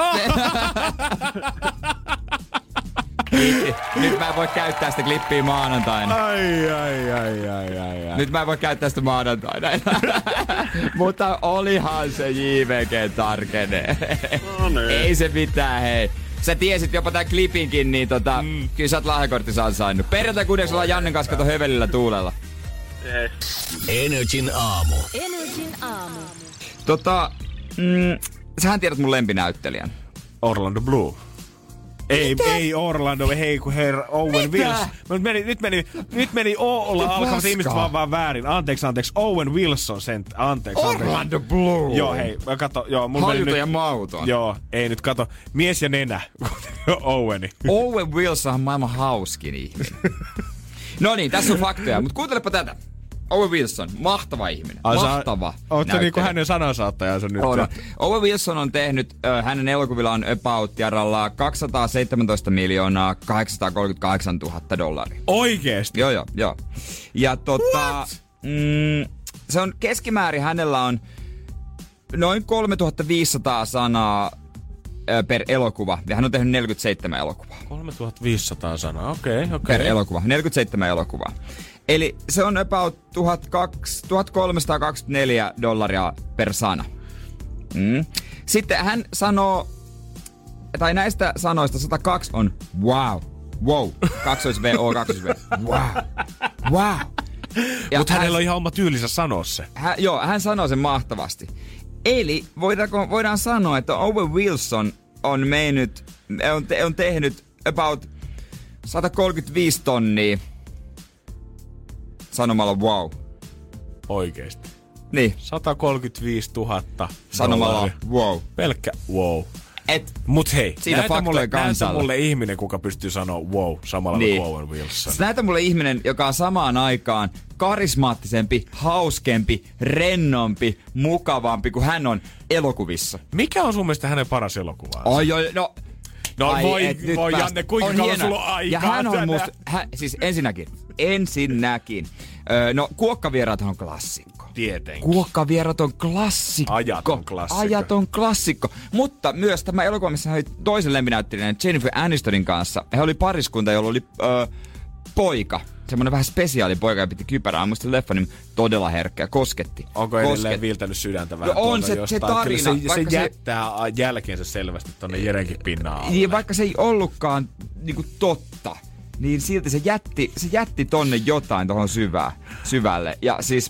Nyt mä en voi käyttää sitä klippiä maanantaina. Ai, ai, ai, ai, ai, ai. Nyt mä en voi käyttää sitä maanantaina. Mutta olihan se J V G tarkenee. No niin. Ei se mitään, hei. Sä tiesit jopa tän klipinkin, niin tota, mm. kyllä sä oot lahjakorttis ansainnut. Perjantai kuudeksi ollaan Jannen kanssa kato hövelillä tuulella. Yes. Energin aamu. Energin aamu. Tota, mm, sähän tiedät mun lempinäyttelijän. Orlando Bloom. Ei, ei Orlando, hei kun herra Owen Wilson. Nyt meni, nyt meni, nyt meni Olla alkavat ihmiset vaan, vaan väärin. Anteeksi, anteeksi. Owen Wilson sen, anteeksi, anteeksi. Orlando Bloom. Joo, hei, kato, joo. Hajuton ja mauton. Joo, ei nyt kato. Mies ja nenä. Oweni. Owen Wilson on maailman hauskin ihminen. No niin, tässä on faktoja, mutta kuuntelepa tätä. Owen Wilson, mahtava ihminen. Ai, mahtava. Ootko niinku hänen sanansaattajansa nyt? On. Owen Wilson on tehnyt, äh, hänen elokuvillaan About jaralla kaksisataaseitsemäntoista miljoonaa kahdeksansataakolmekymmentäkahdeksan tuhatta dollaria. Oikeesti? Joo, joo, joo. Ja tota, mm, se on keskimäärin hänellä on noin kolmetuhattaviisisataa sanaa ö, per elokuva. Ja hän on tehnyt neljäkymmentäseitsemän elokuvaa. kolmetuhattaviisisataa sanaa, okei, okay, okei. Okay. Per elokuva, neljäkymmentäseitsemän elokuvaa. Eli se on about tuhatkolmesataakaksikymmentäneljä dollaria per sana. Mm. Sitten hän sanoo, tai näistä sanoista sata kaksi on wow, wow, kaksois V, O, kaksois V, wow, wow. Mutta hänellä on ihan oma tyylinsä sanoa se. Hän, joo, hän sanoo sen mahtavasti. Eli voidaanko, voidaan sanoa, että Owen Wilson on, mennyt, on, te, on tehnyt about sata kolmekymmentäviisi tonnia sanomalla wow. Oikeesti. Niin. sata kolmekymmentäviisituhatta sanomalla wow. Pelkkä wow. Et, Mut hei, näytä mulle, näytä mulle ihminen, kuka pystyy sanoa wow samalla niin. kuin Owen Wilson. Näytä mulle ihminen, joka on samaan aikaan karismaattisempi, hauskempi, rennompi, mukavampi kuin hän on elokuvissa. Mikä on sun mielestä hänen paras elokuvansa? Oi, oi, no... No ai, voi, voi Janne, kuinka on kauan sulla on aikaa? Ja hän on musta, hän, siis ensinnäkin, ensinnäkin, öö, no Kuokkavieraat on klassikko. Tietenkin. Kuokkavieraat on klassikko. Ajaton klassikko. Ajaton klassikko. Mutta myös tämä elokuva, missä hän oli toisen lempinäyttelijän Jennifer Anistonin kanssa. He oli pariskunta, jolla oli öö, poika. Semmoinen vähän spesiaali poika ja piti kypärää. Musta leffa niin todella herkkä ja kosketti. Onko Kosket... edelleen viiltänyt sydäntä vähän no on se, se tarina. Se, se jättää se... jälkeensä selvästi tonne Jerenkin pinnan alle. Niin, vaikka se ei ollutkaan niinku totta, niin silti se jätti, se jätti tonne jotain tohon syvää, syvälle. Ja siis,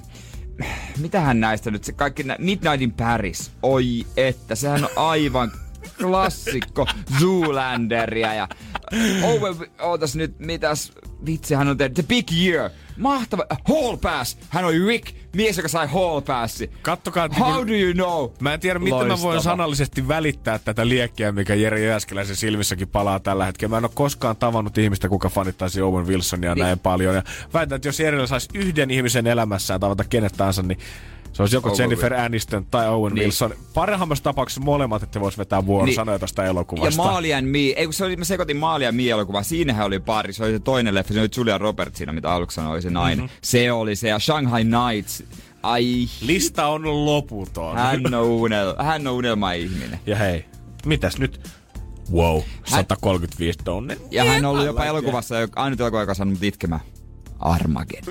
mitähän näistä nyt, se kaikki nä- Midnight in Paris, oi että, sehän on aivan klassikko Zoolanderia ja Owen, ootas nyt, mitäs vitsi hän on tehnyt, The Big Year, mahtava, Hall Pass, hän oli Rick, mies joka sai Hall Passi. Kattokaa, How do you know? Mä en tiedä, miten Loistava. Mä voin sanallisesti välittää tätä liekkiä, mikä Jere Jääskeläisen silmissäkin palaa tällä hetkellä. Mä en ole koskaan tavannut ihmistä, kuka fanittaisi Owen Wilsonia niin. näin paljon. Ja väitän, että jos Jerellä saisi yhden ihmisen elämässään tavata kenet tahansa, niin se olisi joko Owen Jennifer Will. Aniston tai Owen niin. Wilson. Parhaimmassa tapauksessa molemmat, että vois vetää vuorosanoja niin. tosta elokuvasta. Ja Marley and Me, ei kun se oli, mä sekoitin Marley and Me-elokuvaa, siinähän oli pari, se oli se toinen leffa, se oli Julia Roberts siinä, mitä aluksi sanoi, se nainen. Mm-hmm. Se oli se, ja Shanghai Nights, ai. Lista on loputon. Hän on, unel, hän on unelma-ihminen. Ja hei, mitäs nyt? Wow, sata kolmekymmentäviisi tonne. Ja hän on ollut jopa elokuvassa, ainut elokuva, joka on saanut itkemään. Armageddon.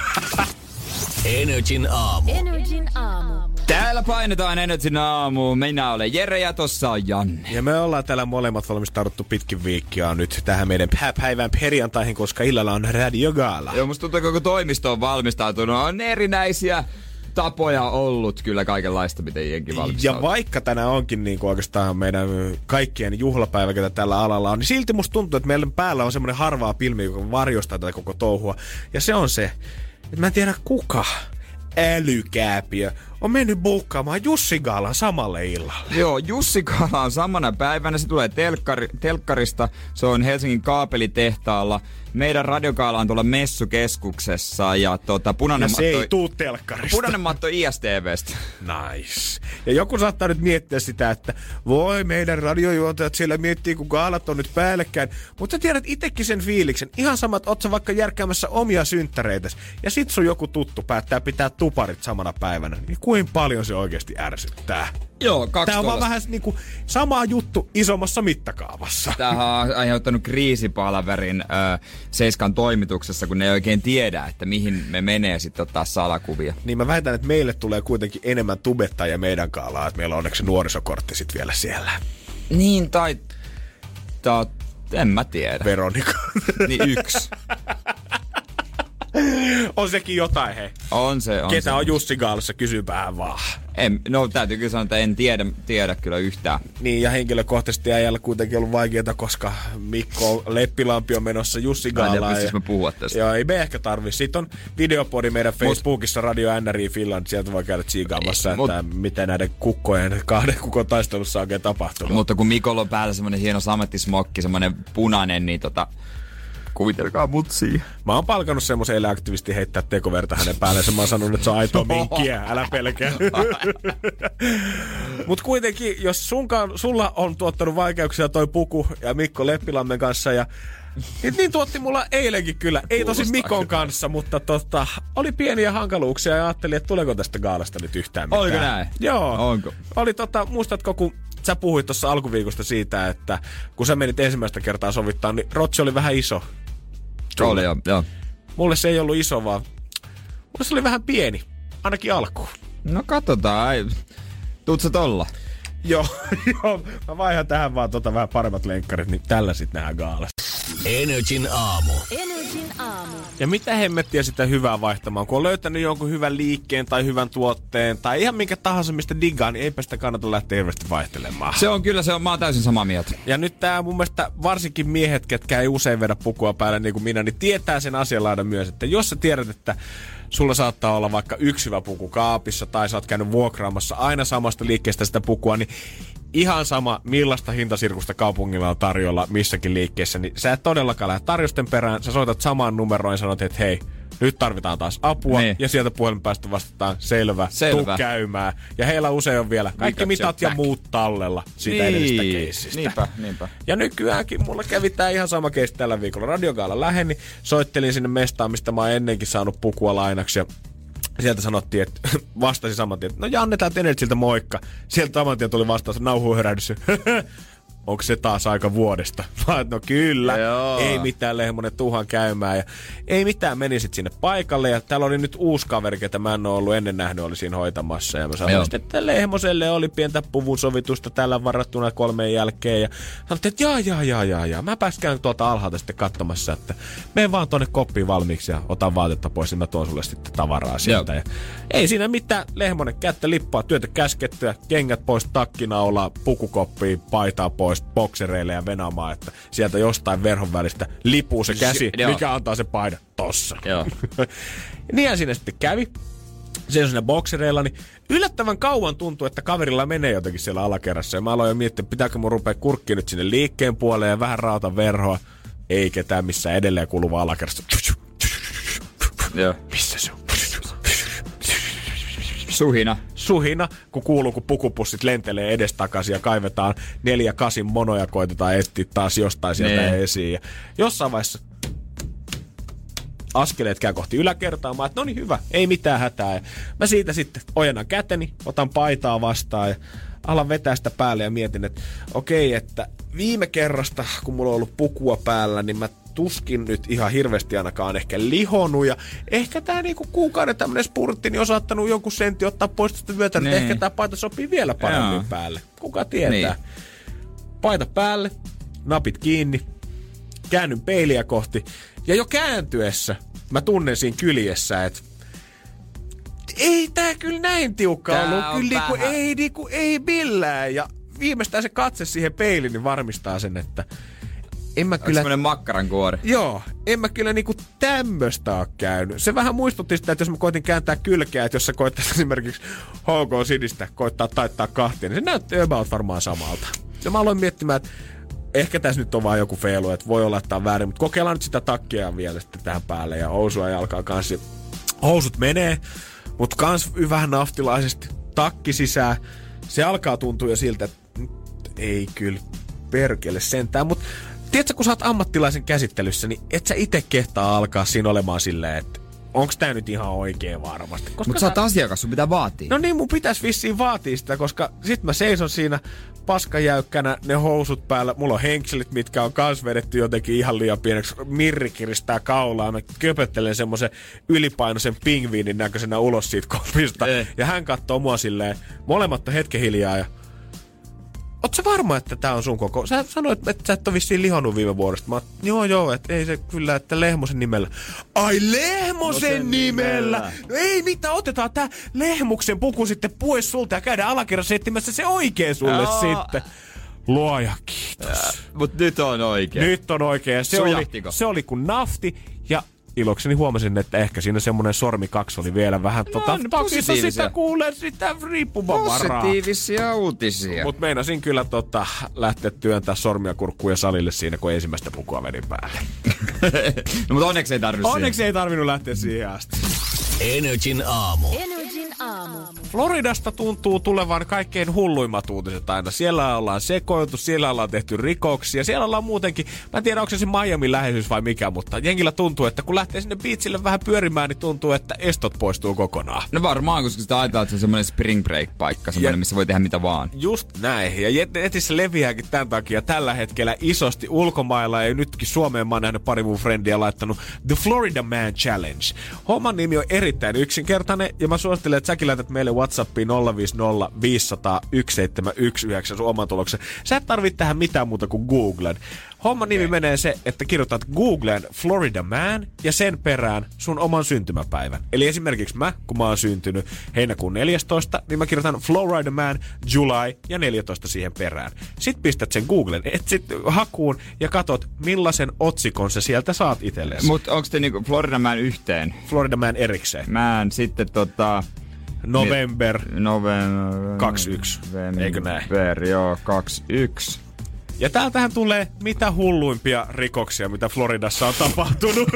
Energin aamu. Energin aamu. Täällä painetaan Energin aamu. Minä olen Jere ja tossa on Janne. Ja me ollaan täällä molemmat valmistauduttu pitkin viikkiä nyt tähän meidän päivän perjantaihin, koska illalla on radiogaala. Joo, musta tuntuu, että koko toimisto on valmistautunut. On erinäisiä tapoja ollut kyllä kaikenlaista, miten jenkin valmistautuu. Ja vaikka tänään onkin niin kuin oikeastaan meidän kaikkien juhlapäivä, ketä tällä alalla on, niin silti musta tuntuu, että meillä päällä on semmoinen harvaa pilmi, joka varjostaa tätä koko touhua. Ja se on se, että mä en tiedä kuka älykääpiö on mennyt buukkaamaan Jussi Gaalan samalle illalle. Joo, Jussi Gaala on samana päivänä. Se tulee telkkari, telkkarista. Se on Helsingin kaapelitehtaalla. Meidän radiogaala on tuolla messukeskuksessa. Ja, tota, punainen ja se matto, ei tuu telkkarista. Punainen matto I S T V:stä. Nice. Ja joku saattaa nyt miettiä sitä, että voi meidän radiojuontajat siellä miettii, kun gaalat on nyt päällekkäin. Mutta sä tiedät itekin sen fiiliksen. Ihan samat, oot sä vaikka järkäämässä omia synttäreitäsi. Ja sit sun joku tuttu päättää pitää tuparit samana päivänä. Niin kuin paljon se oikeasti ärsyttää. Joo, kaksi Tää on vaan vähän niinku sama juttu isommassa mittakaavassa. Tämähän on aiheuttanut kriisipalaverin äh, Seiskan toimituksessa, kun ne ei oikein tiedä, että mihin me menee sitten ottaa salakuvia. Niin mä väitän, että meille tulee kuitenkin enemmän tubettajia meidän kaalaa, että meillä on onneksi nuorisokortti sit vielä siellä. Niin, tai... Ta, en mä tiedä. Veronika. Niin yksi. On sekin jotain, hei. On se, on Ketä se. on Jussi Gaalassa, kysypää vaan. En, no täytyy kyllä sanoa, että en tiedä, tiedä kyllä yhtään. Niin, ja henkilökohtaisesti äijällä kuitenkin ollut vaikeaa, koska Mikko Leppilampi on menossa Jussi Gaalaan. Mä en tiedä, mä puhua tästä. Joo, ei me ehkä tarvi. Sitten on videopodi meidän Facebookissa, Radio N R I Finland. Sieltä voi käydä tsiikaamassa, Mut, että mitä näiden kukkojen, kahden kukon taistelussa on oikein tapahtunut. Mutta kun Mikolla on päällä semmonen hieno samettismokki, semmonen punainen, niin tota... Kuvitelkaa mut siihen. Mä oon palkannut semmoisen eläaktivistin heittää tekoverta hänen päälleen. Mä oon sanonut, että se on aitoa minkkiä. Älä pelkää. Mut kuitenkin, jos sunkaan, sulla on tuottanut vaikeuksia toi puku ja Mikko Leppilammen kanssa ja Niin, niin tuotti mulla eilenkin kyllä. Ei tosi Mikon kanssa, mutta tota, oli pieniä hankaluuksia ja ajattelin, että tuleeko tästä gaalasta nyt yhtään mitään. Oliko näin? Joo. Onko? Oli tota, muistatko kun sä puhuit tuossa alkuviikosta siitä, että kun sä menit ensimmäistä kertaa sovittaa, niin rotsi oli vähän iso. Oli joo, joo. Mulle se ei ollut iso, vaan mulle se oli vähän pieni. Ainakin alkuun. No katsotaan. Ei. Tuut sä tolla? Joo, joo. Mä vaihan tähän vaan tota vähän paremmat lenkkarit, niin tällä sit nähdään gaalassa. Energin aamu. Energin aamu. Ja mitä hemmettiä sitä hyvää vaihtamaan? Kun on löytänyt jonkun hyvän liikkeen tai hyvän tuotteen tai ihan minkä tahansa mistä diggaa, niin eipä sitä kannata lähteä hirveästi vaihtelemaan. Se on kyllä, se on, mä oon täysin samaa mieltä. Ja nyt tää mun mielestä varsinkin miehet, ketkä ei usein vedä pukua päälle niin kuin minä, niin tietää sen asianlaidan myös, että jos sä tiedät, että sulla saattaa olla vaikka yksi hyvä puku kaapissa tai sä oot käynyt vuokraamassa aina samasta liikkeestä sitä pukua, niin ihan sama millaista hintasirkusta kaupungilla on tarjolla missäkin liikkeessä, niin sä et todellakaan lähde tarjosten perään, sä soitat samaan numeroon ja sanot, että hei, nyt tarvitaan taas apua, niin. Ja sieltä puhelimen päästä vastataan, selvä, selvä. tuu käymään. Ja heillä usein on vielä kaikki Mikä mitat ja muut tallella siitä niin. edellisestä keissistä. Niinpä, niinpä. Ja nykyäänkin mulla kävi tää ihan sama keissi tällä viikolla. Radiogaala läheni, soittelin sinne mestaan, mistä mä oon ennenkin saanut pukua lainaksi ja sieltä sanottiin, että vastasi saman tien, että no Janne täältä Energiltä moikka. Sieltä saman tien tuli vastaus, nauhuherähdys. Onko se taas aika vuodesta? No kyllä, Joo. ei mitään Lehmonen, tuhan käymään. Ja ei mitään, meni sit sinne paikalle. Ja täällä oli nyt uusi kaveri, ketä mä en ole ollut ennen nähnyt, oli siinä hoitamassa. Ja mä sanoin, että Lehmoselle oli pientä puvun sovitusta tällä varattuna kolmeen jälkeen. Ja sanottiin, että jaa, jaa, jaa, jaa, jaa. Mä pääskään tuolta alhaalta sitten katsomassa, että mene vaan tonne koppiin valmiiksi ja otan vaatetta pois, niin mä tuon sulle sitten tavaraa sieltä. Ja ei siinä mitään, Lehmonen, kättä lippaa, työtä käskettyä, kengät pois, takkinaulaa, pukukoppiin, paitaa pois, boksereille ja venamaan, että sieltä jostain verhon välistä lipuu se käsi, S- mikä antaa se paidan tossa. Joo. Niinhän siinä sitten kävi. Se on siinä boksereilla, niin yllättävän kauan tuntuu, että kaverilla menee jotenkin siellä alakerrassa. Ja mä aloin jo miettiä, pitääkö mun rupea kurkkiin nyt sinne liikkeen puoleen ja vähän raata verhoa. Ei ketään missään edelleen kuuluva alakerrassa. Joo. Missä se on? Suhina. Suhina, kun kuuluu, kun pukupussit lentelee edestakaisin ja kaivetaan neljä kasin monoja, koitetaan etsiä taas jostain sieltä nee. esiin. Ja jossain vaiheessa askeleet käy kohti yläkertaa. Mä että no niin hyvä, ei mitään hätää. Ja mä siitä sitten ojennan käteni, otan paitaa vastaan ja alan vetää sitä päälle ja mietin, että okei, että viime kerrasta, kun mulla on ollut pukua päällä, niin mä tuskin nyt ihan hirveästi ainakaan ehkä lihonut. Ja ehkä tää niinku kuukauden tämmönen spurtti, niin on saattanut jonkun sentti ottaa pois tästä vyötä, niin ehkä tää paita sopii vielä paremmin Jaa. päälle. Kuka tietää. Niin. Paita päälle, napit kiinni, käännyn peiliä kohti. Ja jo kääntyessä mä tunnen siinä kyljessä, että ei tää kyllä näin tiukka ollut. Kyllä niinku, ei, niinku, ei millään. Ja viimeistään se katse siihen peiliin niin varmistaa sen, että en mä kyllä... semmonen makkarankuori? Joo, en mä kyllä niinku tämmöstä oo käynyt. Se vähän muistutti sitä, että jos mä koitin kääntää kylkeä, että jos sä koittais esimerkiksi H K Sinistä koittaa taittaa kahtia, niin se näytti about varmaan samalta. Ja mä aloin miettimään, että ehkä tässä nyt on vaan joku feilu, että voi olla, että on väärin, mutta kokeillaan nyt sitä takkia vielä sitten tähän päälle ja housua jalkaa kanssa. Housut menee, mutta kans vähän naftilaisesti takki sisään. Se alkaa tuntua jo siltä, että ei kyllä perkele sentään, mutta tiedätkö, kun sä oot ammattilaisen käsittelyssä, niin et sä ite kehtaa alkaa siinä olemaan silleen, että onks tää nyt ihan oikein varmasti. Mutta sä oot asiakas, sun pitää vaatia. No niin, mun pitäis vissiin vaatia sitä, koska sit mä seison siinä paskajäykkänä, ne housut päällä. Mulla on henkselit, mitkä on kans vedetty jotenkin ihan liian pieneksi. Mirri kiristää kaulaa. Mä köpöttelen semmosen ylipainoisen pingviinin näköisenä ulos siitä kopista. Eh. Ja hän katsoo mua silleen, molemmat on hetken hiljaa ja oot sä varma, että tää on sun koko? Sä sanoit, että sä et ole vissiin lihonnut viime vuodesta. Mä oot, joo joo, että ei se kyllä, että Lehmosen nimellä. Ai Lehmosen no nimellä! nimellä! No ei mitään, otetaan tää Lehmuksen puku sitten pois sulta ja käydään alakerrassa etsimässä se oikein sulle Jaa. sitten. Luoja kiitos. Ja, mut nyt on oikein. Nyt on oikein. Se oli, se oli kuin nafti ja ilokseni huomasin, että ehkä siinä semmonen sormi kaksi oli vielä vähän no, tota takissa sitä kuulee sitä riippumavaraa. Positiivisia uutisia. Mut meinasin kyllä tota lähteä työntää sormia kurkkuun ja salille siinä, kun ensimmäistä pukua vedin päälle. No, mutta onneksi ei tarvinnut Onneksi siihen. ei tarvinnut lähteä siihen asti. Energin aamu. Energin aamu. Floridasta tuntuu tulevan kaikkein hulluimmat uutiset aina. Siellä ollaan sekoiltu, siellä ollaan tehty rikoksia, siellä ollaan muutenkin, mä en tiedä onko se Miamin läheisyys vai mikä, mutta jengillä tuntuu, että kun lähtee sinne beachille vähän pyörimään, niin tuntuu, että estot poistuu kokonaan. No varmaan, koska sitä ajatellaan, että se on semmoinen spring break-paikka, semmoinen, missä voi tehdä mitä vaan. Just näin. Ja netissä leviääkin tämän takia tällä hetkellä isosti ulkomailla, ja nytkin Suomeen mä oon nähnyt pari mun frendiä laittanut The Florida Man Challenge. Homman nimi on erittäin yksinkertainen, ja mä suosittelen, että säkin laitat meille WhatsAppiin nolla viisi nolla viisi nolla nolla yksi seitsemän yksi yhdeksän sun oman tuloksen. Sä et tarvitse tähän mitään muuta kuin Googlen. Homman nimi menee se, että kirjoitat Googleen Florida Man ja sen perään sun oman syntymäpäivän. Eli esimerkiksi mä, kun mä oon syntynyt heinäkuun neljästoista, niin mä kirjoitan Florida Man July ja neljätoista siihen perään. Sitten pistät sen Googlen, etsit hakuun ja katot, millaisen otsikon sä sieltä saat itsellesi. Mut onks te niinku Florida Man yhteen? Florida Man erikseen. Man sitten tota... November. November. kaksikymmentäyksi. Eikö näin? November, joo, kaksikymmentäyksi. Ja täältähän tulee mitä hulluimpia rikoksia, mitä Floridassa on tapahtunut.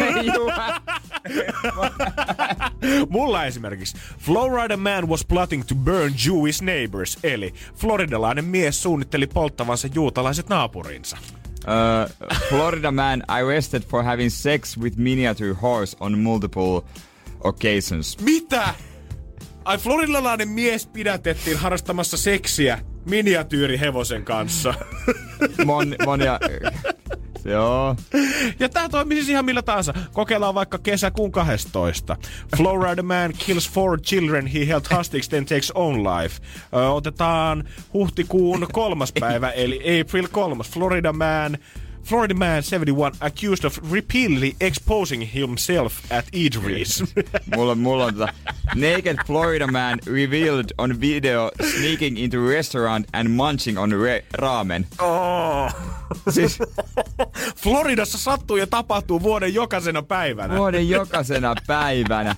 Mulla esimerkiksi. Florida man was plotting to burn Jewish neighbors. Eli floridalainen mies suunnitteli polttavansa juutalaiset naapurinsa. Uh, Florida man arrested for having sex with miniature horse on multiple occasions. Mitä? Ai, floridalainen mies pidätettiin harrastamassa seksiä miniatyyrihevosen kanssa. Mon, monia... Joo. Ja tää toimii siis ihan millä tahansa. Kokeillaan vaikka kesäkuun kahdestoista. Florida man kills four children he held hostage then takes own life. Ö, otetaan huhtikuun kolmas päivä, eli April kolmas. Florida man... Florida man seventy-one accused of repeatedly exposing himself at eateries. mulla, mulla on tota... Naked Florida man revealed on video sneaking into restaurant and munching on re- ramen. Oh. Siis... Floridassa sattuu ja tapahtuu vuoden jokaisena päivänä. Vuoden jokaisena päivänä.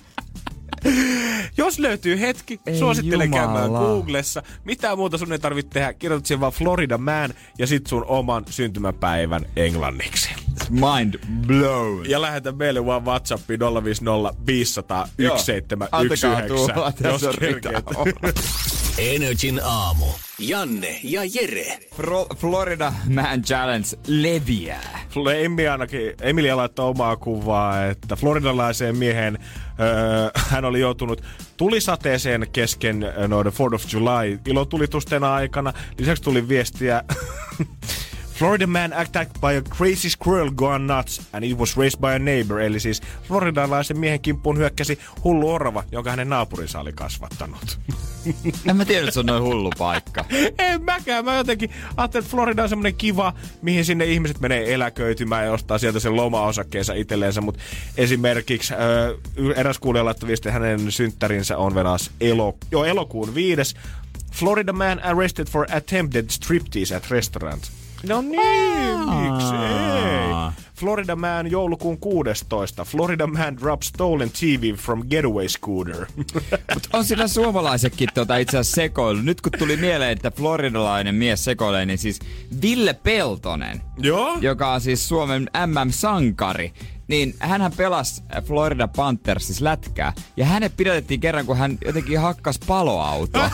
Jos löytyy hetki, ei suosittelen jumala. Käymään Googlessa. Mitään muuta sun ei tarvitse tehdä. Kirjoitat siihen vaan Florida Man ja sit sun oman syntymäpäivän englanniksi. Mind blown. Ja lähetä meille vaan WhatsAppiin nolla viisi nolla viisi nolla nolla yksi seitsemän yksi yhdeksän. Jos kerkeet. Energin aamu. Janne ja Jere. Fro- Florida Man Challenge leviää. Emi ainakin, Emilia laittoi omaa kuvaa, että floridalaiseen miehen öö, hän oli joutunut tulisateeseen kesken noiden fourth of July ilotulitusten aikana. Lisäksi tuli viestiä Florida man attacked by a crazy squirrel gone nuts and it was raised by a neighbor. Eli siis floridalaisen miehen kimppuun hyökkäsi hullu orava, jonka hänen naapurinsa oli kasvattanut. En mä tiedä, että se on noin hullu paikka. En mäkään. Mä jotenkin ajattelin, että Florida on semmonen kiva, mihin sinne ihmiset menee eläköitymään ja ostaa sieltä sen loma-osakkeensa itselleensä. Mutta esimerkiksi äh, eräs kuulija laittoi viesti, hänen synttärinsä on venas elo, jo elokuun viides. Florida man arrested for attempted striptease at restaurant. No niin, miksi ei? Florida man joulukuun kuudestoista. Florida man drops stolen T V from getaway scooter. Mut on sillä suomalaisetkin tuota itse asiassa sekoilu. Nyt kun tuli mieleen, että floridalainen mies sekoilee, niin siis Ville Peltonen, joo? Joka on siis Suomen M M-sankari, niin hänhän pelasi Florida Panthersissa lätkää. Ja hänet pidätettiin kerran, kun hän jotenkin hakkas paloautoa.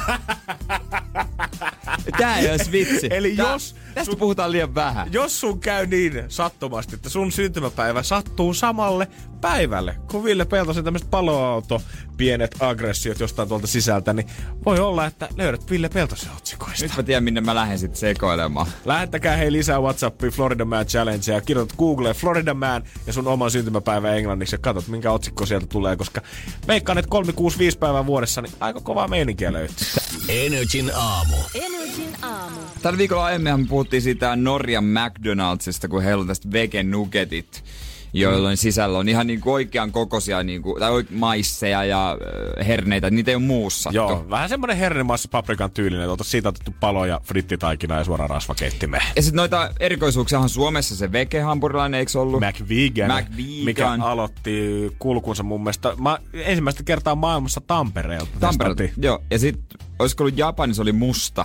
Tää ei olisi vitsi. Eli Tää, jos... Tästä sun, puhutaan liian vähän. Jos sun käy niin sattomasti, että sun syntymäpäivä sattuu samalle päivälle, kun Ville Peltosen tämmöiset paloauto, pienet aggressiot jostain tuolta sisältä, niin voi olla, että löydät Ville Peltosen otsikoista. Nyt mä tiedän, minne mä lähden sitten sekoilemaan. Lähettäkää hei lisää WhatsAppiin Florida Man Challenge ja kirjoitat Googleen Florida Man ja sun oman syntymäpäivän englanniksi ja katsot, minkä otsikko sieltä tulee, koska veikkaan, että kolme kuusi viisi päivää vuodessa, niin aika kovaa meininkiä löytyy. Energin aamu. Energin aamu. Tällä viikolla aiemmin me puhuttiin siitä Norjan McDonaldsista, kun heillä on tästä vegan nuggetit, joilla sisällä on ihan niinku oikean kokoisia niinku, tai maisseja ja äh, herneitä, niitä ei ole muussattu. Joo, vähän semmoinen hernemassa paprikan tyylinen, että siitä otettu palo ja frittitaikinaa ja suoraan rasvakeittimeen. Ja sit noita erikoisuuksia on Suomessa se vege-hampurilainen, eikö ollut? McVegan, McVegan, mikä aloitti kulkunsa mun mielestä mä, ensimmäistä kertaa maailmassa Tampereelta. Tampereelta, joo. Ja sit olisiko ollut Japanissa oli musta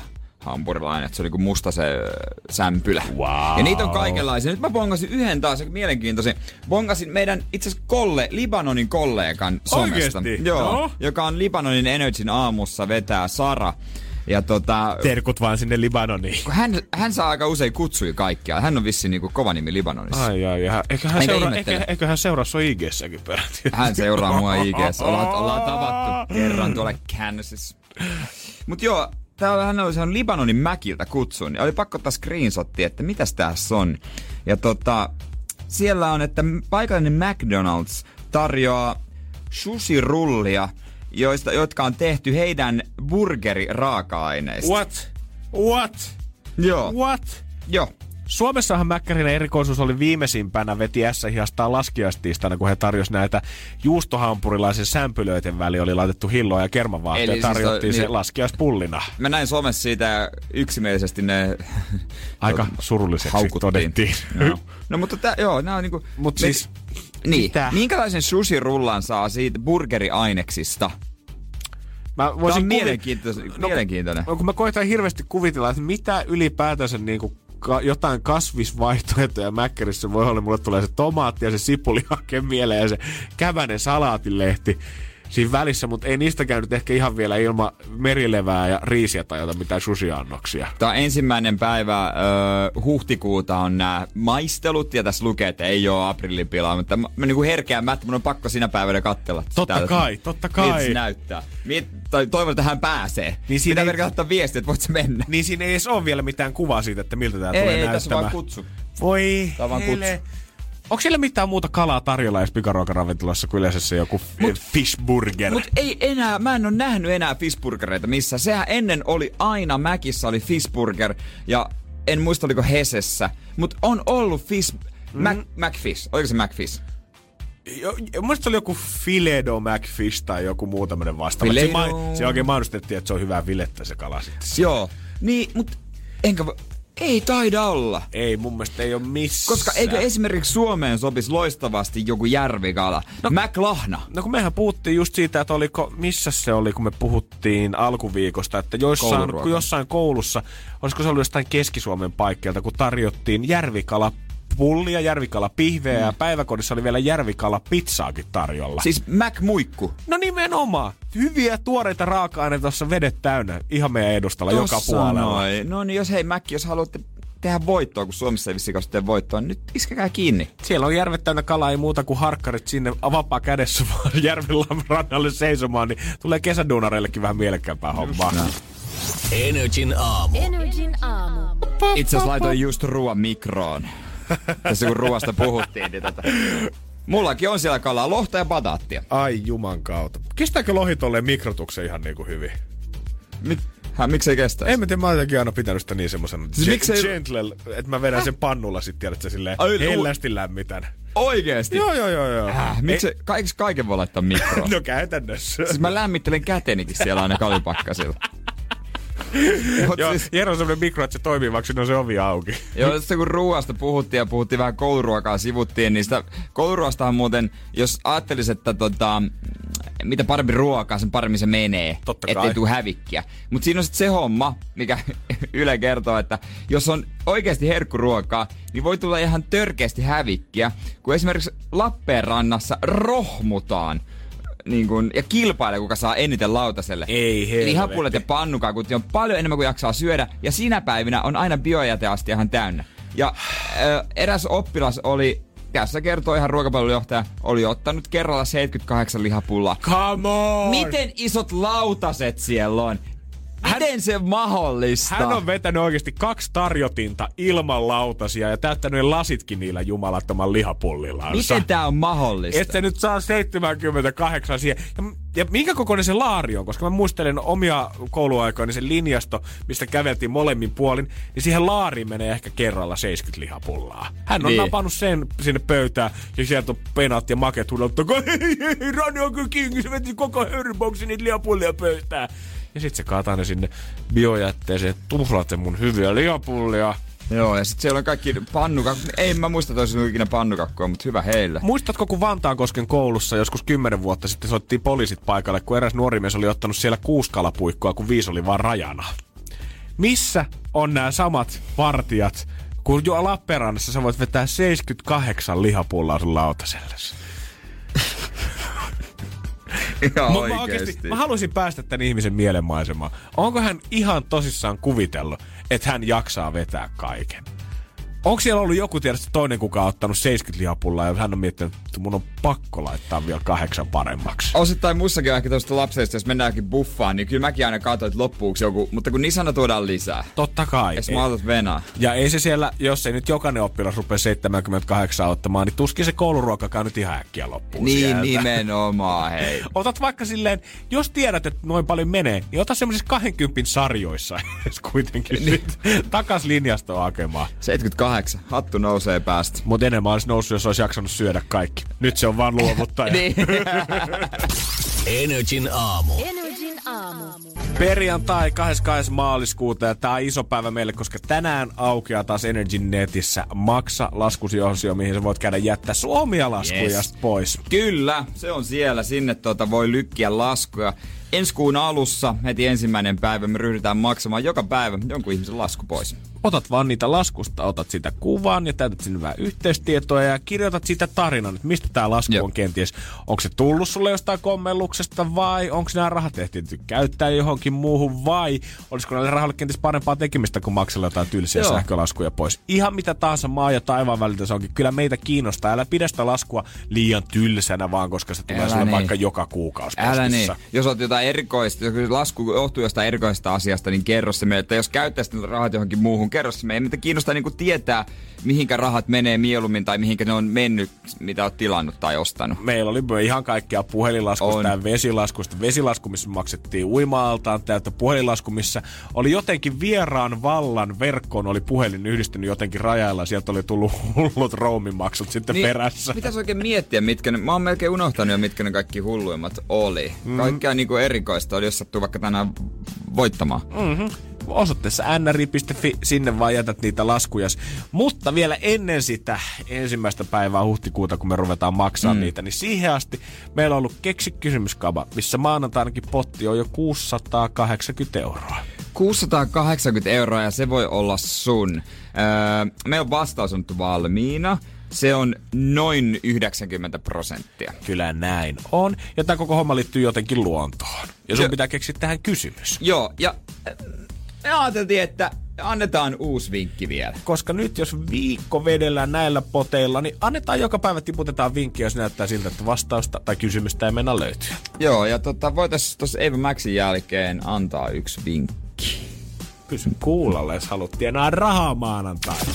hampurilainen, että se oli kuin musta se sämpylä. Wow. Ja niitä on kaikenlaisia. Nyt mä bongasin yhden taas, mielenkiintoisen. Bongasin meidän itse asiassa kolle, Libanonin kollegan somesta. Oikeesti? Joo, No? joka on Libanonin Energyn aamussa vetää Sara. Ja tota, terkut vaan sinne Libanoniin. Hän, hän saa aika usein kutsui kaikkia. Hän on vissiin niinku kova nimi Libanonissa. Ai ai, ja eikö hän, seura, eikö, eikö hän seuraa sua I G:ssäkin peräti? Hän seuraa mua I G:ssä. Ollaan, ollaan tavattu kerran tuolla Kansas. Mut joo, täällä hän oli saanut Libanonin Mäkiltä kutsun. Ja oli pakko ottaa screenshotti, että mitäs tässä on. Ja tota, siellä on, että paikallinen McDonald's tarjoaa sushi-rullia, joista, jotka on tehty heidän burgeriraaka-aineista. What? What? Joo. What? Joo. Suomessahan Mäkkärinen erikoisuus oli viimeisimpänä veti S-hiastaan laskiaistiistaina, kun he tarjosi näitä juustohampurilaisen sämpylöiden väliin, oli laitettu hilloa ja kermavaahtoa ja tarjottiin siis to, se niin, laskiaispullina. Mä näin somessa siitä yksimielisesti ne aika surulliseksi haukuttiin. Todettiin. No. no mutta tää, joo, nää on niinku... Mut siis... Niin. Mitä? Minkälaisen sushi-rullan saa siitä burgeriaineksista? Mä voisin Tämä on kuvi... mielenkiintoinen. No, mielenkiintoinen. No, kun mä koitan hirveästi kuvitella, että mitä ylipäätänsä niinku ka- jotain kasvisvaihtoehtoja Mäkkärissä voi olla. Mulle tulee se tomaatti ja se sipulihake mieleen ja se kävänen salaatilehti siinä välissä, mutta ei niistä käynyt ehkä ihan vielä ilman merilevää ja riisiä tai jotain mitään sushi-annoksia. Tämä on ensimmäinen päivä ö, huhtikuuta on nämä maistelut, ja tässä lukee, että ei ole aprillipilaa, mutta mä, mä niin kuin herkeämättä, mun on pakko siinä päivänä katsella. Totta täältä. kai, totta kai. Miltä se näyttää. Miet, tai toivon, että hän pääsee. Niin pitää ei... verkata ottaa viestiä, että voit sä mennä. Niin siinä ei edes ole vielä mitään kuvaa siitä, että miltä tää ei, tulee ei, näyttämään. Ei, tässä on vaan kutsu. Voi Tämä on vaan kutsu. Onko siellä mitään muuta kalaa tarjolla edes pikaruokaravintolassa kuin yleensä se joku mut, fishburger? Mut ei enää, mä en oo nähnyt enää fishburgereita missä. Sehän ennen oli aina Mäkissä oli fishburger ja en muista oliko Hesessä. Mut on ollut fish, mm. Mac, McFish. Oliko se McFish? Mielestäni oli joku Filedo McFish tai joku muu tämmönen vastaava. Se, ma- se oikein mainostettiin, että se on hyvää filettä se kala sitten. Joo, niin mut enkä vo- ei taida olla. Ei, mun mielestä ei ole missään. Koska eikö esimerkiksi Suomeen sopisi loistavasti joku järvikala? No, McLahna. No kun mehän puhuttiin just siitä, että oliko, missä se oli, kun me puhuttiin alkuviikosta, että joissain, kun jossain koulussa, olisiko se ollut jostain Keski-Suomen paikkeilta, kun tarjottiin järvikala pullia, järvikala pihveä mm. ja päiväkodissa oli vielä järvikala pizzaakin tarjolla. Siis Mac-muikku. No nimenomaan. Hyviä tuoreita raaka-aineita tuossa vedet täynnä. Ihan meidän edustalla tossa joka puolella. Noin. No niin, jos hei Mac, jos haluatte tehdä voittoa, kun Suomessa ei vissiin tee voittoa, niin nyt iskekää kiinni. Siellä on järvet täynnä kalaa, ei muuta kuin harkkarit sinne vapaa kädessä vaan järven rannalle seisomaan, niin tulee kesäduunareillekin vähän mielekkäämpää hommaa. No. Energin aamu. Energin aamu. Itse asiassa laitoin just ruoan mikroon. Tässä kun ruoasta puhuttiin, niin tota... Mullakin on siellä kalaa, lohta ja bataattia. Ai juman kautta. Kestääkö lohi tolleen mikrotuksen ihan niinku hyvin? Mik, hä, miksei kestäisi? En mä tiedä, mä oon jotenkin aina pitänyt sitä niin semmosen siis miksei... gentle, että mä vedän Häh? sen pannulla sit, tiedätkö, silleen Ai, hellästi lämmitän. Oikeesti? Joo, joo, joo, joo. Äh, miksei, kaikis kaiken voi laittaa mikroon? No käytännössä. Siis mä lämmittelen kätenikin siellä aina kalipakkasilla. Joo, siis... Jero on semmonen mikro, että se toimii, vaikka siinä on se ovi auki. Joo, sitten kun ruoasta puhuttiin ja puhuttiin vähän kouluruokaa sivuttiin, niin sitä kouluruoastahan muuten, jos ajattelis, että tota, mitä parempi ruokaa, sen paremmin se menee. Totta kai. Ettei tule hävikkiä. Mutta siinä on sitten se homma, mikä Yle kertoo, että jos on oikeasti herkkuruokaa, niin voi tulla ihan törkeästi hävikkiä, kun esimerkiksi Lappeenrannassa rohmutaan. Niin kun, ja kilpailee, kuka saa eniten lautaselle. Ei helvetti. Eli hapulet ja pannukakut on paljon enemmän kuin jaksaa syödä. Ja sinä päivinä on aina biojäteasti ihan täynnä. Ja äh, eräs oppilas oli, tässä kertoo ihan ruokapalvelujohtaja, oli ottanut kerralla seitsemänkymmentäkahdeksan lihapullaa. Come on! Miten isot lautaset siellä on? Miten hän, se mahdollista? Hän on vetänyt oikeasti kaksi tarjotinta ilman lautasia ja täyttänyt ne lasitkin niillä jumalattoman lihapullillaan. Miten tää on mahdollista? Et sä nyt saa seitsemänkymmentäkahdeksan siihen. Ja, ja minkä kokoinen se laari on? Koska mä muistelen omia kouluaikoina sen linjasto, mistä käveltiin molemmin puolin, niin siihen laariin menee ehkä kerralla seitsemänkymmentä lihapullaa. Hän on niin. napannut sen sinne pöytään ja sieltä on penat ja maket huudellut, hei hei hei, Radio King, se veti koko hörboksi niitä lihapullia pöytään. Ja sit se kaataa ne sinne biojätteeseen, tuflaat sen mun hyviä lihapullia. Joo, ja sit siellä on kaikki pannukakku. Ei mä muista, että olisi ikinä pannukakkua, mutta hyvä heille. Muistatko, kun Vantaankosken koulussa joskus kymmenen vuotta sitten soittiin poliisit paikalle, kun eräs nuori mies oli ottanut siellä kuusi kalapuikkoa, kun viisi oli vaan rajana? Missä on nämä samat vartijat, kun jo Lappeenrannassa sä voit vetää seitsemänkymmentäkahdeksan lihapullaa sun lautasellesi? Ihan mä, oikeesti. mä, oikeasti, mä haluaisin päästä tämän ihmisen mielenmaisemaan. Onko hän ihan tosissaan kuvitellut, että hän jaksaa vetää kaiken? Onko siellä ollut joku tietysti toinen, kuka on ottanut seitsemänkymmentä lihapullaa ja hän on miettinyt, että mun on pakko laittaa vielä kahdeksan paremmaksi? Osittain muissakin on ehkä tuosta lapsesta, jos mennäänkin buffaan, niin kyllä mäkin aina katsoin, että loppuuksi joku, mutta kun Nisana tuodaan lisää. Totta kai. Eikö mä otat venaa? Ja ei se siellä, jos ei nyt jokainen oppilas rupea seitsemänkymmentäkahdeksan ottamaan, niin tuskin se kouluruokakaan nyt ihan äkkiä loppuun Niin, sieltä. nimenomaan, hei. Otat vaikka silleen, jos tiedät, että noin paljon menee, niin ota semmoisissa kahdenkympin sarjoissa edes kuitenkin niin. sit takas linjastoon hakemaan. seitsemänkymmentäkahdeksan. Hattu nousee päästä. Mut enemmän olisi noussut, jos olisi jaksanut syödä kaikki. Nyt se on vaan luovuttaja. Niin. Energin aamu. Energin aamu. Perjantai kahdeskymmenes maaliskuuta ja tää on iso päivä meille, koska tänään aukeaa taas Energin netissä maksa laskusi-osio, mihin sä voit käydä jättää sun omia laskuja Yes. pois. Kyllä, se on siellä. Sinne tuota voi lykkiä laskuja. Ensi kuun alussa, heti ensimmäinen päivä, me ryhdytään maksamaan joka päivä jonkun ihmisen lasku pois. Otat vaan niitä laskusta, otat sitä kuvan ja täytät sinne vähän yhteystietoa ja kirjoitat siitä tarinan, että mistä tää lasku Joo. on kenties. Onko se tullut sulle jostain kommelluksesta vai onko nämä rahat ehtinyt käyttää johonkin muuhun vai olisiko näille rahoille kenties parempaa tekemistä kuin maksella jotain tylsiä Joo. sähkölaskuja pois. Ihan mitä tahansa maa ja taivaan väliltä se onkin. Kyllä meitä kiinnostaa. Älä pidä sitä laskua liian tylsänä vaan, koska se tulee Älä sulle niin. vaikka joka kuukausi Älä niin. postissa. Jos oot jotain erikoista, jos lasku johtuu jostain erikoisesta asiasta, niin kerro se meille. Että jos käyttäisit ne rahat johonkin muuhun, kerro se meille. Meitä kiinnostaa niinku tietää, mihinkä rahat menee mieluummin tai mihinkä ne on mennyt, mitä oot tilannut tai ostanut. Meillä oli ihan kaikkea puhelinlaskusta On. ja vesilaskusta. Vesilasku, missä maksettiin uima-altaan täyttä. Puhelinlasku, missä oli jotenkin vieraan vallan verkkoon oli puhelin yhdistynyt jotenkin rajailla. Sieltä oli tullut hullut roamimaksut sitten Niin, perässä. pitäisi oikein miettiä, mitkä ne, mä oon melkein unohtanut jo, mitkä ne kaikki hulluimmat oli. Mm. Kaikkea niinku erikoista oli, jos sattuu vaikka tänään voittamaan. Mm-hmm. Osoitteessa n r i piste f i, sinne vaan jätät niitä laskujas. Mutta vielä ennen sitä ensimmäistä päivää huhtikuuta, kun me ruvetaan maksaa mm. niitä, niin siihen asti meillä on ollut keksi kysymyskaba, missä maanantainakin potti on jo kuusisataakahdeksankymmentä euroa. kuusisataakahdeksankymmentä euroa ja se voi olla sun. Öö, meillä on vastaus on valmiina. Se on noin yhdeksänkymmentä prosenttia. Kyllä näin on. Ja tämä koko homma liittyy jotenkin luontoon. Ja sun Jo. pitää keksiä tähän kysymys. Joo, ja äh, me ajateltiin, että annetaan uusi vinkki vielä. Koska nyt jos viikko vedellään näillä poteilla, niin annetaan joka päivä, tiputetaan vinkkiä, jos näyttää siltä, että vastausta tai kysymystä ei mennä löytyä. Joo, ja tota, voitaisiin tuossa Eva Maxin jälkeen antaa yksi vinkki. Pysy kuulolla, jos haluat tienaa rahaa maanantaina.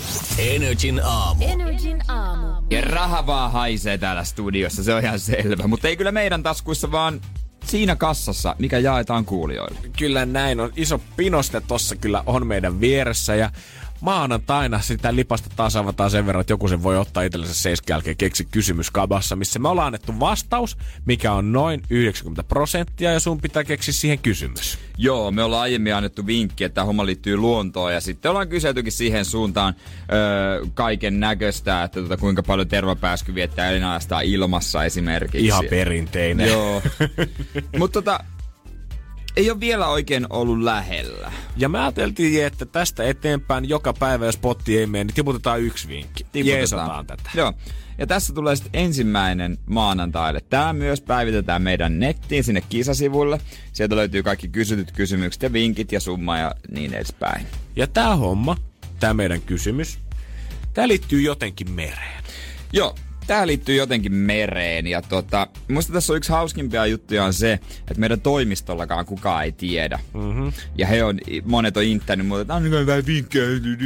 Energin aamu. Energin aamu. Ja raha vaan haisee täällä studiossa, se on ihan selvä. Mutta ei kyllä meidän taskuissa, vaan siinä kassassa, mikä jaetaan kuulijoille. Kyllä näin on. Iso pinoste tossa kyllä on meidän vieressä ja maanantaina sitä lipasta taas avataan sen verran, että joku sen voi ottaa itsellensä seiskan jälkeen keksi kysymyskabassa, missä me ollaan annettu vastaus, mikä on noin yhdeksänkymmentä prosenttia ja sun pitää keksiä siihen kysymys. Joo, me ollaan aiemmin annettu vinkki, että tämä homma liittyy luontoon ja sitten ollaan kyseltykin siihen suuntaan öö, kaiken näköistä, että tota, kuinka paljon tervapääsky viettää elinajastaan ilmassa esimerkiksi. Ihan perinteinen. Joo. Mutta tota, ei ole vielä oikein ollut lähellä. Ja me ajateltiin, että tästä eteenpäin joka päivä, jos potti ei mene, niin tiputetaan yksi vinkki. Jeesataan tätä. Joo. Ja tässä tulee sitten ensimmäinen maanantaille. Tämä myös päivitetään meidän nettiin sinne kisasivulle. Sieltä löytyy kaikki kysytyt kysymykset ja vinkit ja summa ja niin edespäin. Ja tää homma, tää meidän kysymys, tää liittyy jotenkin mereen. Joo. Tää liittyy jotenkin mereen ja tota, musta tässä on yksi hauskimpia juttuja on se, että meidän toimistollakaan kukaan ei tiedä. Mm-hmm. Ja he on, monet on inttänyt muuta, että annakaa vähän vinkkejä.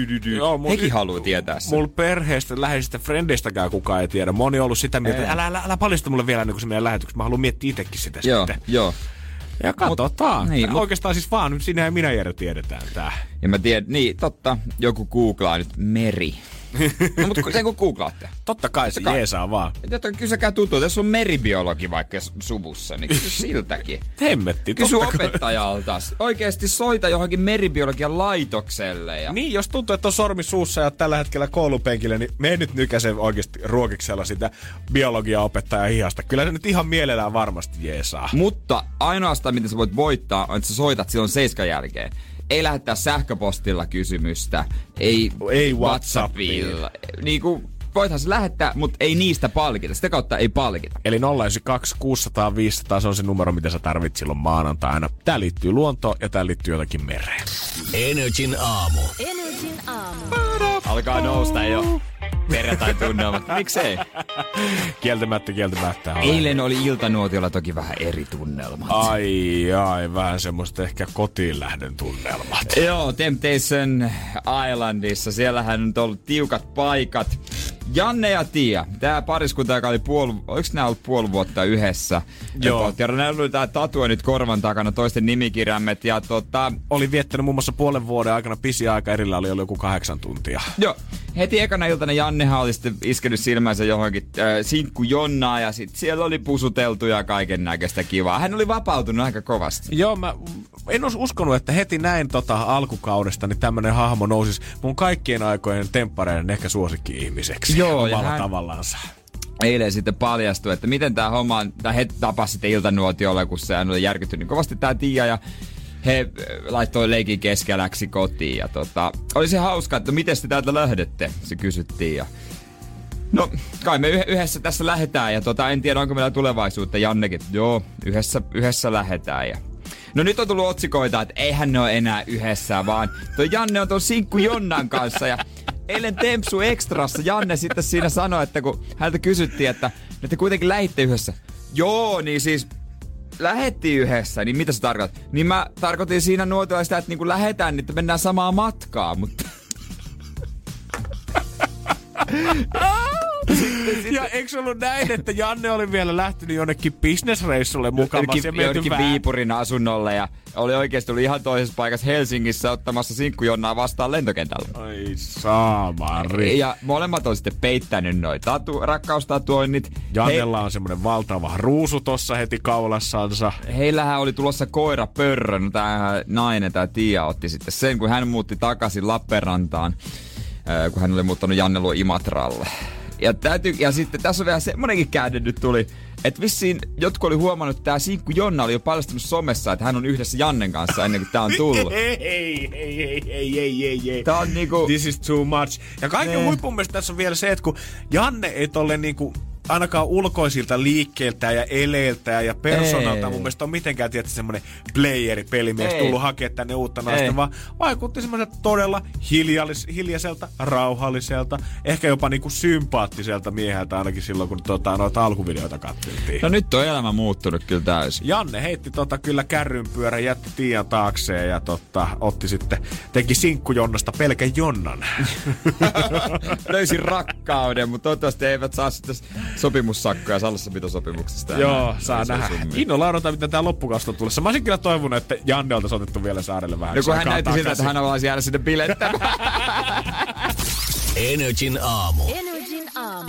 Hekin haluaa tietää sen. Mulla perheestä, läheisistä frendeistäkään kukaan ei tiedä. Moni on ollut sitä mieltä, että älä, älä, älä paljasta mulle vielä niin kuin se meidän lähetyksessä. Mä haluan miettiä itsekin sitä joo, sitten. Joo, Ja katsotaan. Mut, niin, oikeastaan siis vaan, sinä ja minä Jere tiedetään tää. Ja mä tiedän, niin totta, joku googlaa nyt meri. No mutta sen kun googlaatte. Totta kai se jeesaa vaan. Jotta kysykää tuttua, jos on meribiologi vaikka suvussa, niin kysy siltäkin. Hemmetti, kysy opettajalta. Oikeesti soita johonkin meribiologian laitokselle. Ja... Niin, jos tuntuu, että on sormi suussa ja tällä hetkellä koulupenkillä, niin me nyt nykäsen oikeesti ruokiksella sitä biologiaopettajaa hihasta. Kyllä se nyt ihan mielellään varmasti jeesaa. Mutta ainoastaan, miten sä voit voittaa, on, että sä soitat silloin seiskan jälkeen. ei lähettää sähköpostilla kysymystä, ei, ei WhatsAppilla. Niinku, voithan se lähettää, mutta ei niistä palkita. Sitä kautta ei palkita. Eli nolla yhdeksän kaksi kuusisataa viisisataa, se on se numero, mitä sä tarvit silloin maanantaina. Tää liittyy luontoon ja tää liittyy jotakin mereen. Energin aamu. Energin aamu. Alkaa nousta jo. Perjantain tunnelmat. Miksei? Kieltämättä, kieltämättä. Eilen oli iltanuotiolla toki vähän eri tunnelmat. Ai, ai, vähän semmoista ehkä kotiin lähdön tunnelmat. Joo, Temptation Islandissa. Siellähän on ollut tiukat paikat. Janne ja Tia, tää pariskunta, joka oli puoli, oliko nää ollut puoli vuotta yhdessä? Joo. Ja oli tää tatuoinnit korvan takana, toisten nimikirjaimet ja tota... Oli viettänyt muun muassa puolen vuoden aikana pisi aika erillä, oli ollut joku kahdeksan tuntia. Joo. Heti ekana iltana Jannehan oli sitten iskenyt silmänsä johonkin äh, sinkku Jonnaa ja sit siellä oli pusuteltu ja kaiken näköistä kivaa. Hän oli vapautunut aika kovasti. Joo, mä en olisi uskonut, että heti näin tota alkukaudesta niin tämmönen hahmo nousisi mun kaikkien aikojen temppareiden ehkä suosikki-ihmiseksi. Joo, omalla ja hän... tavallaansa. Eilen sitten paljastui, että miten tää homma, tai he tapasi sitten iltanuotiolla, kun se oli järkyttynyt kovasti tää Tia ja he laittoi leikin keskeläksi kotiin ja tota, oli se hauska, että miten te täältä lähdette, se kysyttiin ja no, kai me yhdessä tässä lähdetään ja tota, en tiedä, onko meillä tulevaisuutta. Jannekin, joo, yhdessä, yhdessä lähdetään ja no nyt on tullut otsikoita, että eihän ne ole enää yhdessä, vaan toi Janne on tuon sinkku Jonnan kanssa ja eilen Tempsu Extrassa Janne sitten siinä sanoi, että kun häneltä kysyttiin, että te kuitenkin lähditte yhdessä. Joo, niin siis lähettiin yhdessä, niin mitä se tarkoittaa? Niin mä tarkoitin siinä nuotiolla sitä, että niinku lähetään, niin että mennään samaa matkaa, mutta... Sitten, sitten. Ja eikö ollut näin, että Janne oli vielä lähtenyt jonnekin businessreissulle mukamassa? Jonnekin Viipurin asunnolle ja oli oikeesti ollut ihan toisessa paikassa Helsingissä ottamassa sinkku Jonnaa vastaan lentokentällä. Ai saamari. Ja molemmat on sitten peittänyt noi tatu, rakkaustatuoinnit. Jannella He... on semmonen valtava ruusu tossa heti kaulassansa. Heillähän oli tulossa koira pörrö. No tää nainen, tää Tia otti sitten sen, kun hän muutti takaisin Lappeenrantaan, kun hän oli muuttanut Janne luo Imatralle. Ja, täytyy, ja sitten tässä on vielä semmonenkin käänne nyt tuli, että vissiin jotkut oli huomannut, että tää sinkku Jonna oli jo paljastunut somessa, että hän on yhdessä Jannen kanssa ennen kuin tää on tullut. Ei, ei, ei, ei, ei, ei, ei, ei. Tää on niinku... This is too much. Ja kaiken huipun mielestä tässä on vielä se, että kun Janne ei tolle niinku... ainakaan ulkoisilta liikkeeltään ja eleiltään ja persoonalta mun mielestä on mitenkään tietysti semmonen playeri-pelimies ei. tullut hakea tänne uutta naista, vaan vaikutti semmoiselta todella hiljallis, hiljaiselta, rauhalliselta, ehkä jopa niinku sympaattiselta mieheltä ainakin silloin, kun tota, noita alkuvideoita katseltiin. No nyt on elämä muuttunut kyllä täysin. Janne heitti tota kyllä kärrynpyörän, jätti Tian taakseen ja tota, otti sitten, teki sinkkujonnasta pelkän Jonnan. Löysin rakkauden, mutta toivottavasti eivät saa sitten sopimussakkoja salassapitosopimuksesta. Joo, saa nähdä. Innolla odotan, miten tää loppukausi on tulossa. Mä olisin kyllä toivonut, että Janne oltaisi otettu vielä saarelle vähän. No kun hän näytti siltä, että hän haluaisi jäädä sinne bilettämään. Energin aamu. Energin aamu.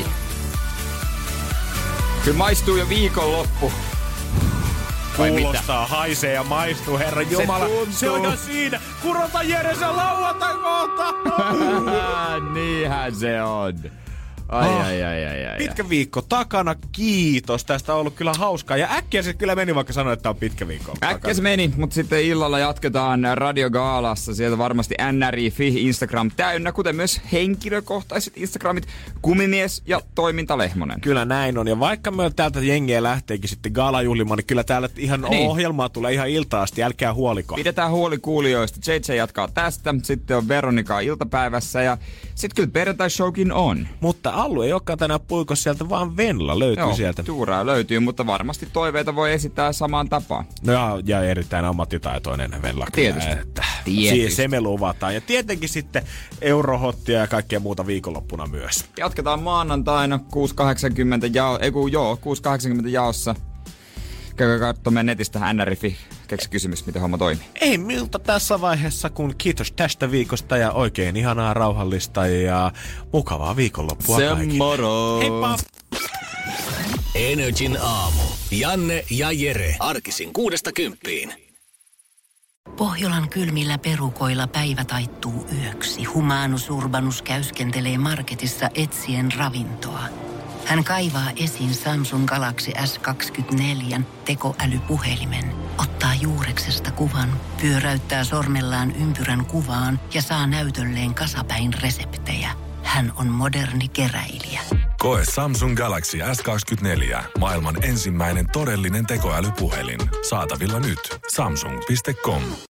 Kyllä maistuu jo viikonloppu. Kuulostaa, haisee ja maistuu, herra Jumala. Se, se on jo siinä. Kurota Jere, se lauantai kohta. Niinhän se on. Ai, oh, ai, ai, ai, ai. Pitkä viikko takana, kiitos. Tästä on ollut kyllä hauskaa. Ja äkkiä se kyllä meni, vaikka sanoin, että tämä on pitkä viikko. Äkkiä se meni, mutta sitten illalla jatketaan Radio Gaalassa. Sieltä varmasti N R I F I Instagram täynnä, kuten myös henkilökohtaiset Instagramit Kumimies ja Toiminta Lehmonen. Kyllä näin on. Ja vaikka me täältä jengiä lähteekin sitten gaalajuhlimaan, niin kyllä täällä ihan niin. ohjelmaa tulee ihan iltaan asti. Älkää huoliko. Pidetään huoli kuulijoista. J J jatkaa tästä. Sitten on Veronika iltapäivässä ja sitten kyllä perjantai-showkin on. Mutta Allu ei olekaan tänään puikossa sieltä, vaan Venla löytyy Joo, sieltä. Tuuraa löytyy, mutta varmasti toiveita voi esittää samaan tapaan. No ja, ja erittäin ammattitaitoinen Venla. Tietysti. Että Tietysti. Se me luvataan. Ja tietenkin sitten Eurohottia ja kaikkea muuta viikonloppuna myös. Jatketaan maanantaina kuusi kahdeksankymmentä jao, ei kun joo, kuusi kahdeksankymmentä jaossa. Käykää katsomaan meidän netistä N R I F I. Keksi kysymys, miten homma toimii. Ei miltä tässä vaiheessa, kun kiitos tästä viikosta ja oikein ihanaa, rauhallista ja mukavaa viikonloppua kaikille. Se moro! Heippa! Energin aamu. Janne ja Jere. Arkisin kuudesta kymppiin. Pohjolan kylmillä perukoilla päivä taittuu yöksi. Humanus Urbanus käyskentelee marketissa etsien ravintoa. Hän kaivaa esiin Samsung Galaxy S kaksikymmentäneljä tekoälypuhelimen, ottaa juureksesta kuvan, pyöräyttää sormellaan ympyrän kuvaan ja saa näytölleen kasapäin reseptejä. Hän on moderni keräilijä. Koe Samsung Galaxy S kaksikymmentäneljä. Maailman ensimmäinen todellinen tekoälypuhelin. Saatavilla nyt. Samsung piste com.